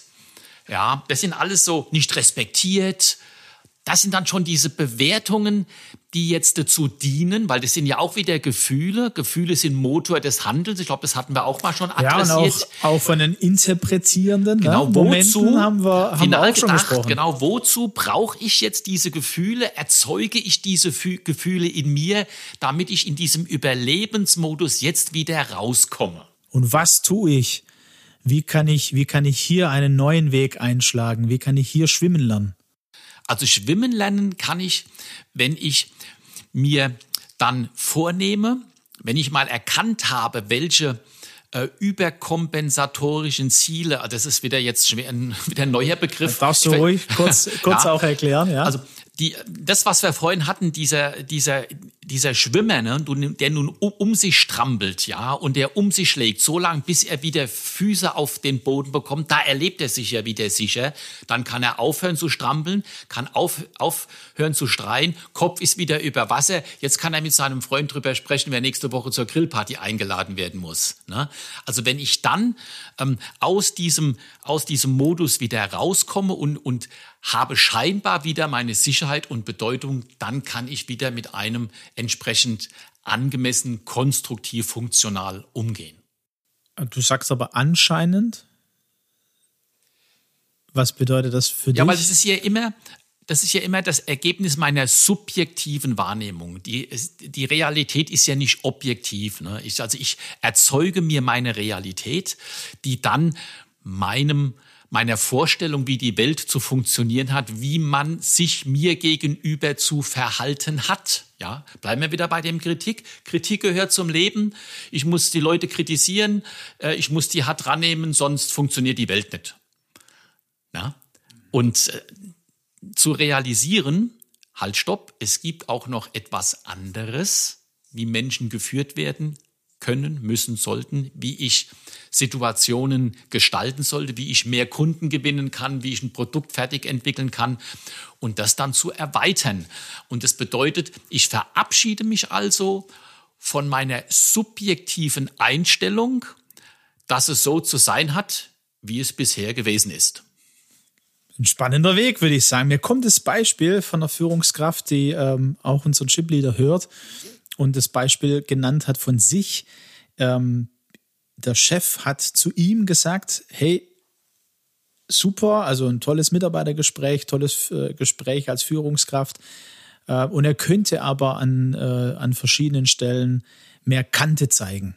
ja, das sind alles so nicht respektiert. Das sind dann schon diese Bewertungen, die jetzt dazu dienen, weil das sind ja auch wieder Gefühle. Gefühle sind Motor des Handelns. Ich glaube, das hatten wir auch mal schon adressiert. Ja, und auch, auch von den Interpretierenden, genau, ne? wozu, Momenten haben wir, haben wir auch schon gedacht, gesprochen. Genau, wozu brauche ich jetzt diese Gefühle? Erzeuge ich diese Fü- Gefühle in mir, damit ich in diesem Überlebensmodus jetzt wieder rauskomme? Und was tue ich? Wie kann ich, wie kann ich hier einen neuen Weg einschlagen? Wie kann ich hier schwimmen lernen? Also schwimmen lernen kann ich, wenn ich mir dann vornehme, wenn ich mal erkannt habe, welche äh, überkompensatorischen Ziele, also das ist wieder jetzt schwer, ein, wieder ein neuer Begriff. Darfst du ruhig kurz, kurz ja, auch erklären? Ja? Also die, das, was wir vorhin hatten, dieser, dieser, dieser Schwimmer, ne, der nun um, um sich strampelt, ja, und der um sich schlägt, so lange, bis er wieder Füße auf den Boden bekommt, da erlebt er sich ja wieder sicher. Dann kann er aufhören zu strampeln, kann auf, aufhören zu schreien, Kopf ist wieder über Wasser. Jetzt kann er mit seinem Freund drüber sprechen, wer nächste Woche zur Grillparty eingeladen werden muss. Ne? Also wenn ich dann ähm, aus diesem, aus diesem Modus wieder rauskomme und, und habe scheinbar wieder meine Sicherheit und Bedeutung, dann kann ich wieder mit einem entsprechend angemessen, konstruktiv, funktional umgehen. Du sagst aber anscheinend. Was bedeutet das für dich? Ja, weil das ist ja immer, das ist ja immer das Ergebnis meiner subjektiven Wahrnehmung. Die, die Realität ist ja nicht objektiv. Ne? Ich, also ich erzeuge mir meine Realität, die dann meinem meiner Vorstellung, wie die Welt zu funktionieren hat, wie man sich mir gegenüber zu verhalten hat. Ja, bleiben wir wieder bei dem Kritik. Kritik gehört zum Leben. Ich muss die Leute kritisieren, ich muss die hart rannehmen, sonst funktioniert die Welt nicht. Ja? Und äh, zu realisieren, halt, stopp, es gibt auch noch etwas anderes, wie Menschen geführt werden können, müssen, sollten, wie ich Situationen gestalten sollte, wie ich mehr Kunden gewinnen kann, wie ich ein Produkt fertig entwickeln kann und das dann zu erweitern. Und das bedeutet, ich verabschiede mich also von meiner subjektiven Einstellung, dass es so zu sein hat, wie es bisher gewesen ist. Ein spannender Weg, würde ich sagen. Mir kommt das Beispiel von einer Führungskraft, die ähm, auch unseren Chipleader hört und das Beispiel genannt hat von sich. Ähm, der Chef hat zu ihm gesagt, hey, super, also ein tolles Mitarbeitergespräch, tolles äh, Gespräch als Führungskraft. Äh, und er könnte aber an, äh, an verschiedenen Stellen mehr Kante zeigen.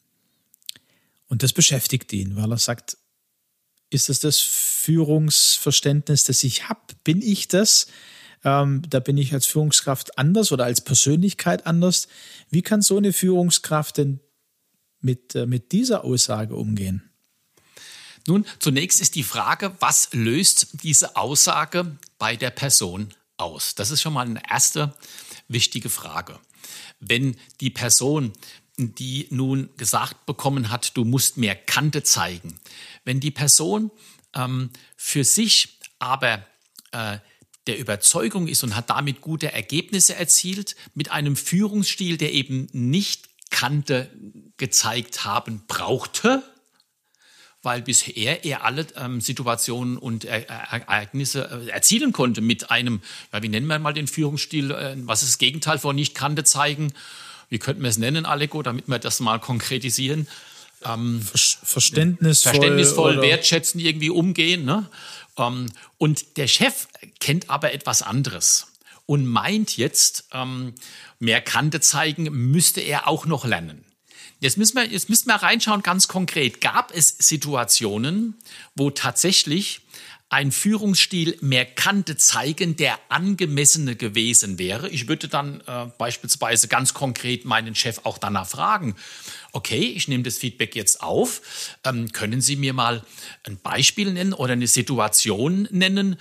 Und das beschäftigt ihn, weil er sagt, ist das das Führungsverständnis, das ich habe? Bin ich das? Ähm, da bin ich als Führungskraft anders oder als Persönlichkeit anders. Wie kann so eine Führungskraft denn mit, äh, mit dieser Aussage umgehen? Nun, zunächst ist die Frage, was löst diese Aussage bei der Person aus? Das ist schon mal eine erste wichtige Frage. Wenn die Person, die nun gesagt bekommen hat, du musst mehr Kante zeigen, wenn die Person ähm, für sich aber äh, der Überzeugung ist und hat damit gute Ergebnisse erzielt, mit einem Führungsstil, der eben nicht Kante gezeigt haben brauchte, weil bisher er alle ähm, Situationen und er Ereignisse äh, erzielen konnte mit einem, ja, wie nennen wir mal den Führungsstil, äh, was ist das Gegenteil von nicht Kante zeigen? Wie könnten wir es nennen, Aleko, damit wir das mal konkretisieren? Ähm, Ver- verständnisvoll. Verständnisvoll, wertschätzen, irgendwie umgehen. Ne? Ähm, und der Chef kennt aber etwas anderes und meint jetzt, ähm, mehr Kante zeigen müsste er auch noch lernen. Jetzt müssen wir, jetzt müssen wir reinschauen, ganz konkret. Gab es Situationen, wo tatsächlich ein Führungsstil mehr Kante zeigen, der angemessene gewesen wäre. Ich würde dann äh, beispielsweise ganz konkret meinen Chef auch danach fragen, okay, ich nehme das Feedback jetzt auf, ähm, können Sie mir mal ein Beispiel nennen oder eine Situation nennen,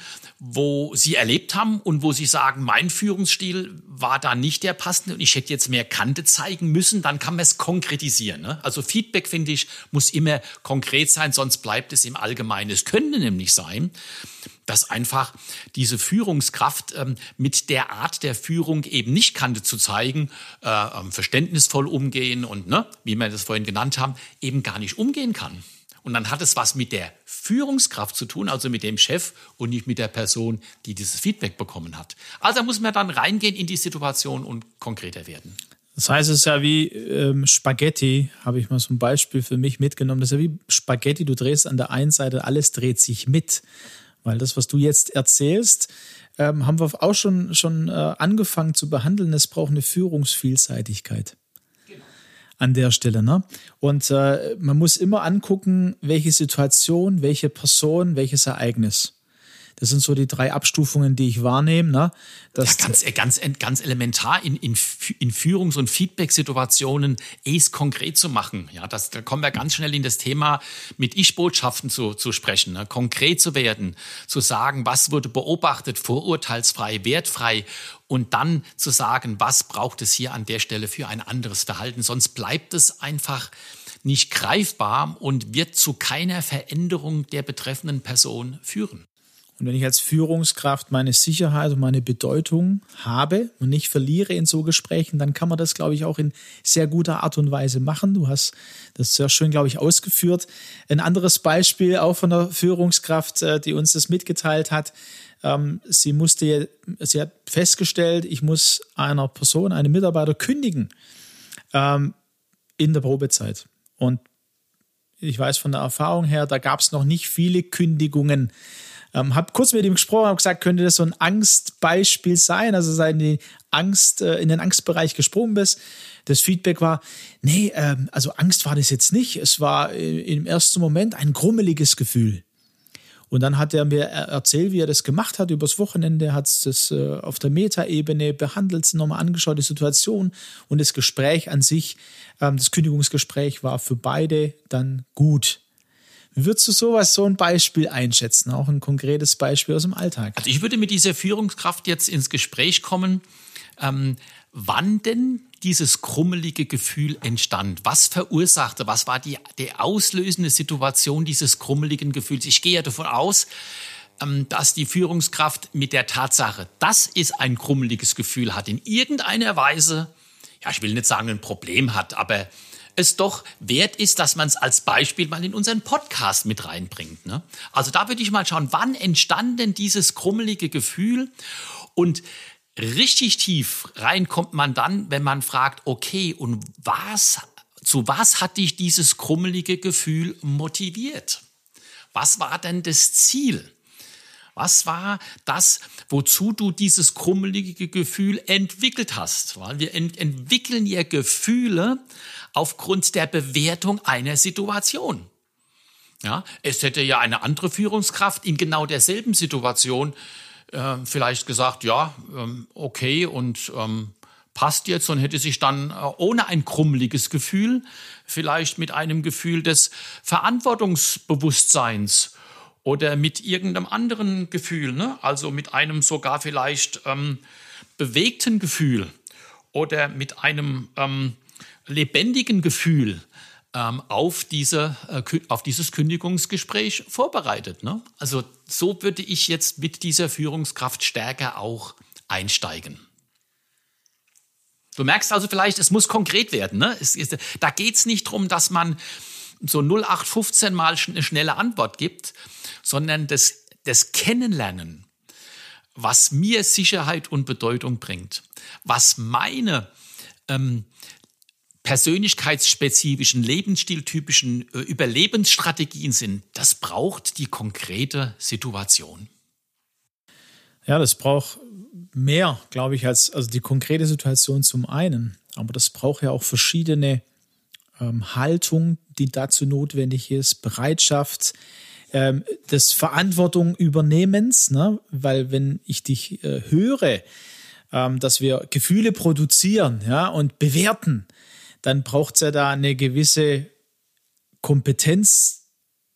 wo Sie erlebt haben und wo Sie sagen, mein Führungsstil war da nicht der passende und ich hätte jetzt mehr Kante zeigen müssen, dann kann man es konkretisieren. Ne? Also Feedback, finde ich, muss immer konkret sein, sonst bleibt es im Allgemeinen. Es könnte nämlich sein, dass einfach diese Führungskraft ähm, mit der Art der Führung eben nicht Kante zu zeigen, äh, ähm, verständnisvoll umgehen und, ne, wie wir das vorhin genannt haben, eben gar nicht umgehen kann. Und dann hat es was mit der Führungskraft zu tun, also mit dem Chef und nicht mit der Person, die dieses Feedback bekommen hat. Also da muss man dann reingehen in die Situation und konkreter werden. Das heißt, es ist ja wie ähm, Spaghetti, habe ich mal so ein Beispiel für mich mitgenommen. Das ist ja wie Spaghetti, du drehst an der einen Seite, alles dreht sich mit. Weil das, was du jetzt erzählst, ähm, haben wir auch schon, schon äh, angefangen zu behandeln. Es braucht eine Führungsvielseitigkeit genau. An der Stelle. Ne? Und äh, man muss immer angucken, welche Situation, welche Person, welches Ereignis. Das sind so die drei Abstufungen, die ich wahrnehme. Ne? Das ja, ganz, ganz, ganz elementar in, in, in Führungs- und Feedback-Situationen es konkret zu machen. Ja, das, da kommen wir ganz schnell in das Thema, mit Ich-Botschaften zu, zu sprechen, ne? Konkret zu werden, zu sagen, was wurde beobachtet, vorurteilsfrei, wertfrei und dann zu sagen, was braucht es hier an der Stelle für ein anderes Verhalten. Sonst bleibt es einfach nicht greifbar und wird zu keiner Veränderung der betreffenden Person führen. Und wenn ich als Führungskraft meine Sicherheit und meine Bedeutung habe und nicht verliere in so Gesprächen, dann kann man das, glaube ich, auch in sehr guter Art und Weise machen. Du hast das sehr schön, glaube ich, ausgeführt. Ein anderes Beispiel auch von der Führungskraft, die uns das mitgeteilt hat. Sie musste, sie hat festgestellt, ich muss einer Person, einem Mitarbeiter kündigen in der Probezeit. Und ich weiß von der Erfahrung her, da gab es noch nicht viele Kündigungen. Ähm, habe kurz mit ihm gesprochen, habe gesagt, könnte das so ein Angstbeispiel sein, also sei in die Angst, äh, in den Angstbereich gesprungen bist. Das Feedback war, nee, ähm, also Angst war das jetzt nicht. Es war äh, im ersten Moment ein grummeliges Gefühl. Und dann hat er mir erzählt, wie er das gemacht hat übers Wochenende, er hat das äh, auf der Metaebene behandelt, nochmal angeschaut, die Situation und das Gespräch an sich, ähm, das Kündigungsgespräch war für beide dann gut. Wie würdest du sowas, so ein Beispiel einschätzen? Auch ein konkretes Beispiel aus dem Alltag. Also ich würde mit dieser Führungskraft jetzt ins Gespräch kommen, ähm, wann denn dieses krummelige Gefühl entstand. Was verursachte, was war die, die auslösende Situation dieses krummeligen Gefühls? Ich gehe ja davon aus, ähm, dass die Führungskraft mit der Tatsache, dass es ein krummeliges Gefühl hat, in irgendeiner Weise, ja, ich will nicht sagen, ein Problem hat, aber es doch wert ist, dass man es als Beispiel mal in unseren Podcast mit reinbringt. Ne? Also da würde ich mal schauen, wann entstand denn dieses krummelige Gefühl? Und richtig tief rein kommt man dann, wenn man fragt, okay, und was, zu was hat dich dieses krummelige Gefühl motiviert? Was war denn das Ziel? Was war das, wozu du dieses krummelige Gefühl entwickelt hast? Weil wir ent- entwickeln ja Gefühle aufgrund der Bewertung einer Situation. Ja, es hätte ja eine andere Führungskraft in genau derselben Situation äh, vielleicht gesagt, ja, ähm, okay und ähm, passt jetzt und hätte sich dann äh, ohne ein krummeliges Gefühl, vielleicht mit einem Gefühl des Verantwortungsbewusstseins oder mit irgendeinem anderen Gefühl, ne? Also mit einem sogar vielleicht ähm, bewegten Gefühl oder mit einem ähm, lebendigen Gefühl ähm, auf, diese, äh, auf dieses Kündigungsgespräch vorbereitet. Ne? Also so würde ich jetzt mit dieser Führungskraft stärker auch einsteigen. Du merkst also vielleicht, es muss konkret werden. Ne? Es ist, da geht es nicht darum, dass man so null acht fünfzehn mal eine schnelle Antwort gibt, sondern das, das Kennenlernen, was mir Sicherheit und Bedeutung bringt, was meine ähm, persönlichkeitsspezifischen, lebensstiltypischen äh, Überlebensstrategien sind, das braucht die konkrete Situation. Ja, das braucht mehr, glaube ich, als also die konkrete Situation zum einen. Aber das braucht ja auch verschiedene ähm, Haltung, die dazu notwendig ist, Bereitschaft, ähm, des Verantwortung übernehmens, ne? Weil wenn ich dich äh, höre, ähm, dass wir Gefühle produzieren, ja, und bewerten, dann braucht es ja da eine gewisse Kompetenz,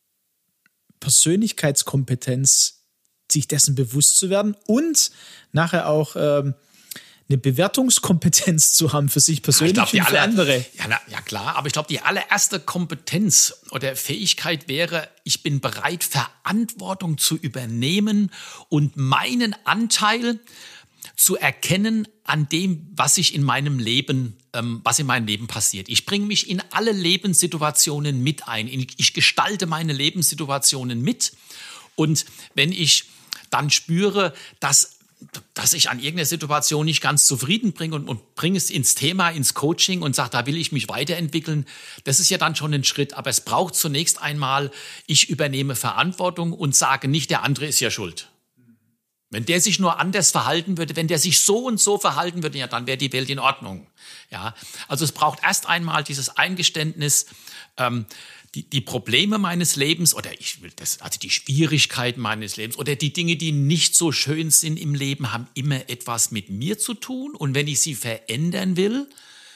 Persönlichkeitskompetenz, sich dessen bewusst zu werden und nachher auch ähm, eine Bewertungskompetenz zu haben für sich persönlich glaub, und für aller, andere. Ja, na, ja klar, aber ich glaube, die allererste Kompetenz oder Fähigkeit wäre, ich bin bereit, Verantwortung zu übernehmen und meinen Anteil zu erkennen an dem, was sich in meinem Leben, ähm, was in meinem Leben passiert. Ich bringe mich in alle Lebenssituationen mit ein. Ich gestalte meine Lebenssituationen mit. Und wenn ich dann spüre, dass dass ich an irgendeiner Situation nicht ganz zufrieden bin und, und bringe es ins Thema, ins Coaching und sage, da will ich mich weiterentwickeln, das ist ja dann schon ein Schritt. Aber es braucht zunächst einmal, ich übernehme Verantwortung und sage nicht, der andere ist ja schuld. Wenn der sich nur anders verhalten würde, wenn der sich so und so verhalten würde, ja, dann wäre die Welt in Ordnung. Ja, also es braucht erst einmal dieses Eingeständnis, ähm, Die, die Probleme meines Lebens oder ich will das, also die Schwierigkeiten meines Lebens oder die Dinge, die nicht so schön sind im Leben, haben immer etwas mit mir zu tun. Und wenn ich sie verändern will,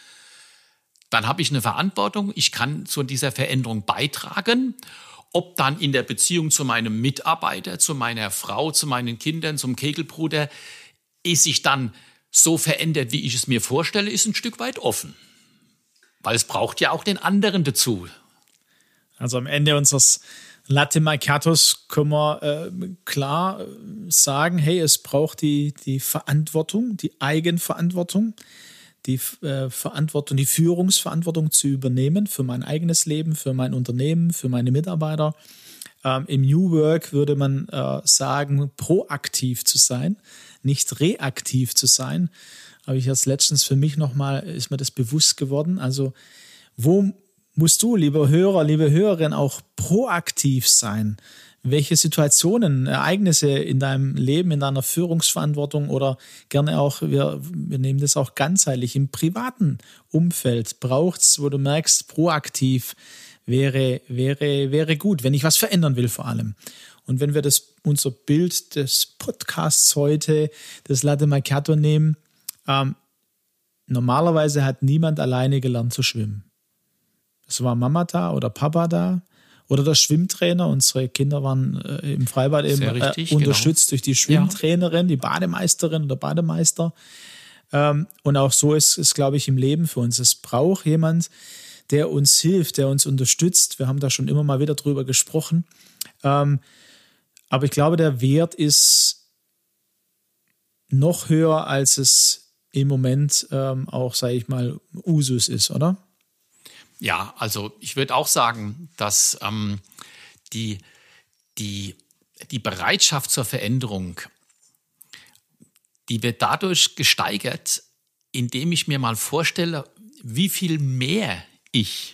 dann habe ich eine Verantwortung. Ich kann zu dieser Veränderung beitragen. Ob dann in der Beziehung zu meinem Mitarbeiter, zu meiner Frau, zu meinen Kindern, zum Kegelbruder, es sich dann so verändert, wie ich es mir vorstelle, ist ein Stück weit offen. Weil es braucht ja auch den anderen dazu. Also am Ende unseres Latte Macchiatos können wir äh, klar sagen, hey, es braucht die, die Verantwortung, die Eigenverantwortung, die äh, Verantwortung, die Führungsverantwortung zu übernehmen für mein eigenes Leben, für mein Unternehmen, für meine Mitarbeiter. Ähm, im New Work würde man äh, sagen, proaktiv zu sein, nicht reaktiv zu sein. Aber ich erst letztens für mich nochmal, ist mir das bewusst geworden. Also wo musst du, lieber Hörer, liebe Hörerin, auch proaktiv sein? Welche Situationen, Ereignisse in deinem Leben, in deiner Führungsverantwortung oder gerne auch, wir, wir nehmen das auch ganzheitlich, im privaten Umfeld braucht es, wo du merkst, proaktiv wäre, wäre, wäre gut, wenn ich was verändern will vor allem. Und wenn wir das, unser Bild des Podcasts heute, das Latte Macchiato nehmen, ähm, normalerweise hat niemand alleine gelernt zu schwimmen. Es war Mama da oder Papa da oder der Schwimmtrainer. Unsere Kinder waren äh, im Freibad eben richtig, äh, unterstützt genau. durch die Schwimmtrainerin, ja. die Bademeisterin oder Bademeister. Ähm, und auch so ist es, glaube ich, im Leben für uns. Es braucht jemand, der uns hilft, der uns unterstützt. Wir haben da schon immer mal wieder drüber gesprochen. Ähm, aber ich glaube, der Wert ist noch höher, als es im Moment ähm, auch, sage ich mal, Usus ist, oder? Ja, also ich würde auch sagen, dass ähm, die, die, die Bereitschaft zur Veränderung, die wird dadurch gesteigert, indem ich mir mal vorstelle, wie viel mehr ich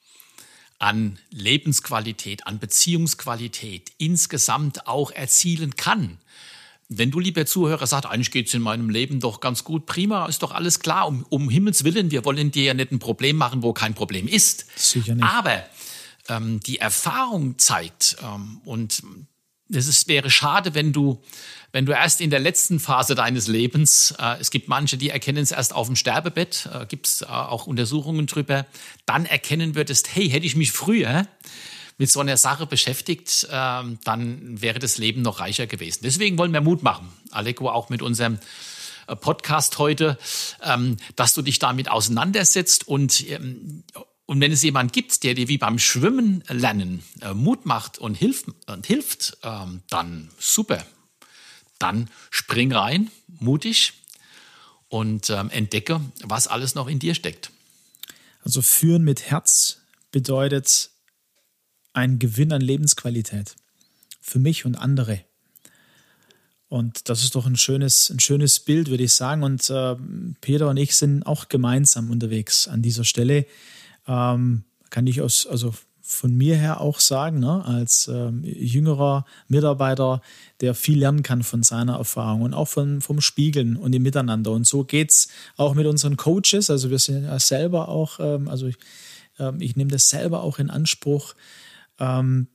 an Lebensqualität, an Beziehungsqualität insgesamt auch erzielen kann. Wenn du, lieber Zuhörer, sagst, eigentlich geht es in meinem Leben doch ganz gut, prima, ist doch alles klar, um, um Himmels Willen, wir wollen dir ja nicht ein Problem machen, wo kein Problem ist. Sicher nicht. Aber ähm, die Erfahrung zeigt, ähm, und es ist, wäre schade, wenn du, wenn du erst in der letzten Phase deines Lebens, äh, es gibt manche, die erkennen es erst auf dem Sterbebett, äh, gibt es äh, auch Untersuchungen drüber, dann erkennen würdest, hey, hätte ich mich früher mit so einer Sache beschäftigt, ähm, dann wäre das Leben noch reicher gewesen. Deswegen wollen wir Mut machen, Aleko, auch mit unserem äh, Podcast heute, ähm, dass du dich damit auseinandersetzt und ähm, und wenn es jemand gibt, der dir wie beim Schwimmen lernen äh, Mut macht und hilft, und hilft ähm, dann super. Dann spring rein, mutig und ähm, entdecke, was alles noch in dir steckt. Also führen mit Herz bedeutet ein Gewinn an Lebensqualität für mich und andere. Und das ist doch ein schönes, ein schönes Bild, würde ich sagen. Und äh, Peter und ich sind auch gemeinsam unterwegs an dieser Stelle. Ähm, kann ich aus, also von mir her auch sagen, ne, als ähm, jüngerer Mitarbeiter, der viel lernen kann von seiner Erfahrung und auch von, vom Spiegeln und dem Miteinander. Und so geht es auch mit unseren Coaches. Also wir sind ja selber auch, ähm, also ich, ähm, ich nehme das selber auch in Anspruch, ähm,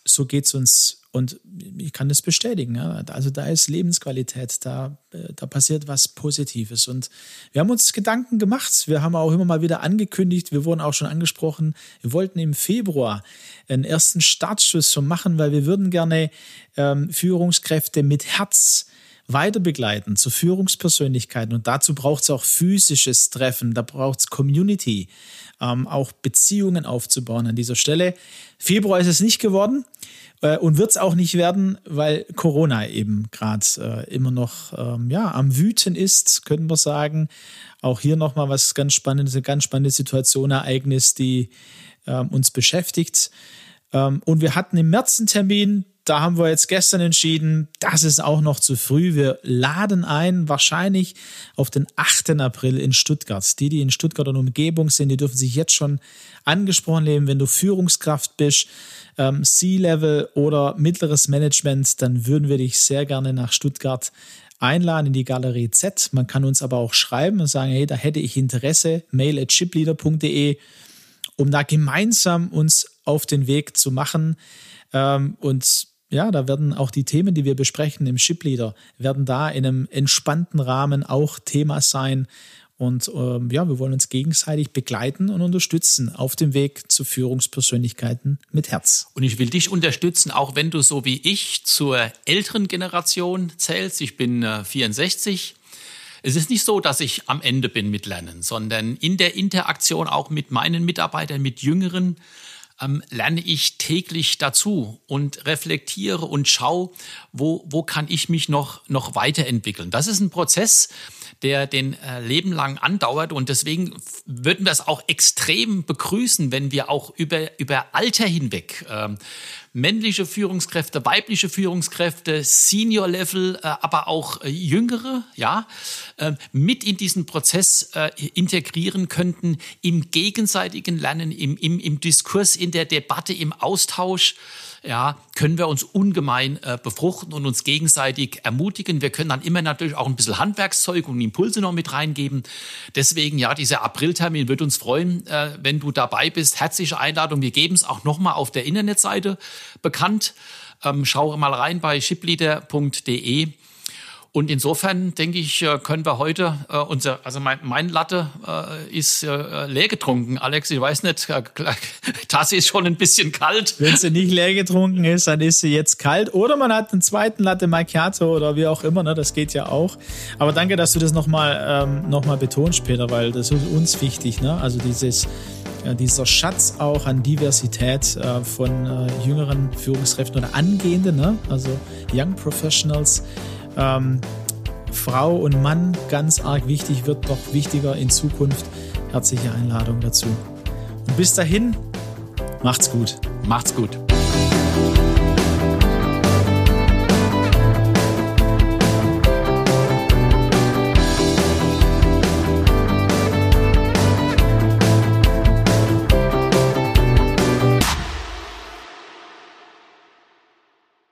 so geht es uns. Und ich kann das bestätigen. Ja. Also da ist Lebensqualität, da, da passiert was Positives. Und wir haben uns Gedanken gemacht. Wir haben auch immer mal wieder angekündigt, wir wurden auch schon angesprochen, wir wollten im Februar einen ersten Startschuss so machen, weil wir würden gerne ähm, Führungskräfte mit Herz weiter begleiten zu Führungspersönlichkeiten. Und dazu braucht es auch physisches Treffen, da braucht es Community, ähm, auch Beziehungen aufzubauen an dieser Stelle. Februar ist es nicht geworden. Und wird es auch nicht werden, weil Corona eben gerade äh, immer noch ähm, ja, am Wüten ist, können wir sagen. Auch hier nochmal was ganz Spannendes, eine ganz spannende Situation, Ereignis, die ähm, uns beschäftigt. Ähm, und wir hatten im März einen Termin, da haben wir jetzt gestern entschieden, das ist auch noch zu früh. Wir laden ein, wahrscheinlich auf den achten April in Stuttgart. Die, die in Stuttgart und Umgebung sind, die dürfen sich jetzt schon angesprochen leben. Wenn du Führungskraft bist, ähm, C-Level oder mittleres Management, dann würden wir dich sehr gerne nach Stuttgart einladen in die Galerie Z. Man kann uns aber auch schreiben und sagen, hey, da hätte ich Interesse, mail at shipleader punkt de, um da gemeinsam uns auf den Weg zu machen. Ähm, und ja, da werden auch die Themen, die wir besprechen im Shipleader, werden da in einem entspannten Rahmen auch Thema sein. Und ähm, ja, wir wollen uns gegenseitig begleiten und unterstützen auf dem Weg zu Führungspersönlichkeiten mit Herz. Und ich will dich unterstützen, auch wenn du so wie ich zur älteren Generation zählst. Ich bin äh, vierundsechzig. Es ist nicht so, dass ich am Ende bin mit Lernen, sondern in der Interaktion auch mit meinen Mitarbeitern, mit Jüngeren, ähm, lerne ich täglich dazu und reflektiere und schaue, wo, wo kann ich mich noch, noch weiterentwickeln. Das ist ein Prozess, der den äh, Leben lang andauert. Und deswegen würden wir es auch extrem begrüßen, wenn wir auch über, über Alter hinweg äh, männliche Führungskräfte, weibliche Führungskräfte, Senior-Level, äh, aber auch äh, Jüngere, ja, äh, mit in diesen Prozess äh, integrieren könnten, im gegenseitigen Lernen, im, im, im Diskurs, in der Debatte, im Austausch. Ja, können wir uns ungemein äh, befruchten und uns gegenseitig ermutigen. Wir können dann immer natürlich auch ein bisschen Handwerkszeug und Impulse noch mit reingeben. Deswegen, ja, dieser Apriltermin wird uns freuen, äh, wenn du dabei bist. Herzliche Einladung. Wir geben es auch nochmal auf der Internetseite bekannt. Ähm, schau mal rein bei shipleader punkt de. Und insofern, denke ich, können wir heute, äh, unser, also mein, mein Latte äh, ist äh, leer getrunken. Alex, ich weiß nicht, äh, Tasse ist schon ein bisschen kalt. Wenn sie nicht leer getrunken ist, dann ist sie jetzt kalt. Oder man hat einen zweiten Latte Macchiato oder wie auch immer, ne? Das geht ja auch. Aber danke, dass du das nochmal ähm, noch mal betonst, Peter, weil das ist uns wichtig, ne? Also dieses, ja, dieser Schatz auch an Diversität äh, von äh, jüngeren Führungskräften oder angehenden, ne? Also Young Professionals. Ähm, Frau und Mann, ganz arg wichtig, wird noch wichtiger in Zukunft. Herzliche Einladung dazu. Und bis dahin, macht's gut. Macht's gut.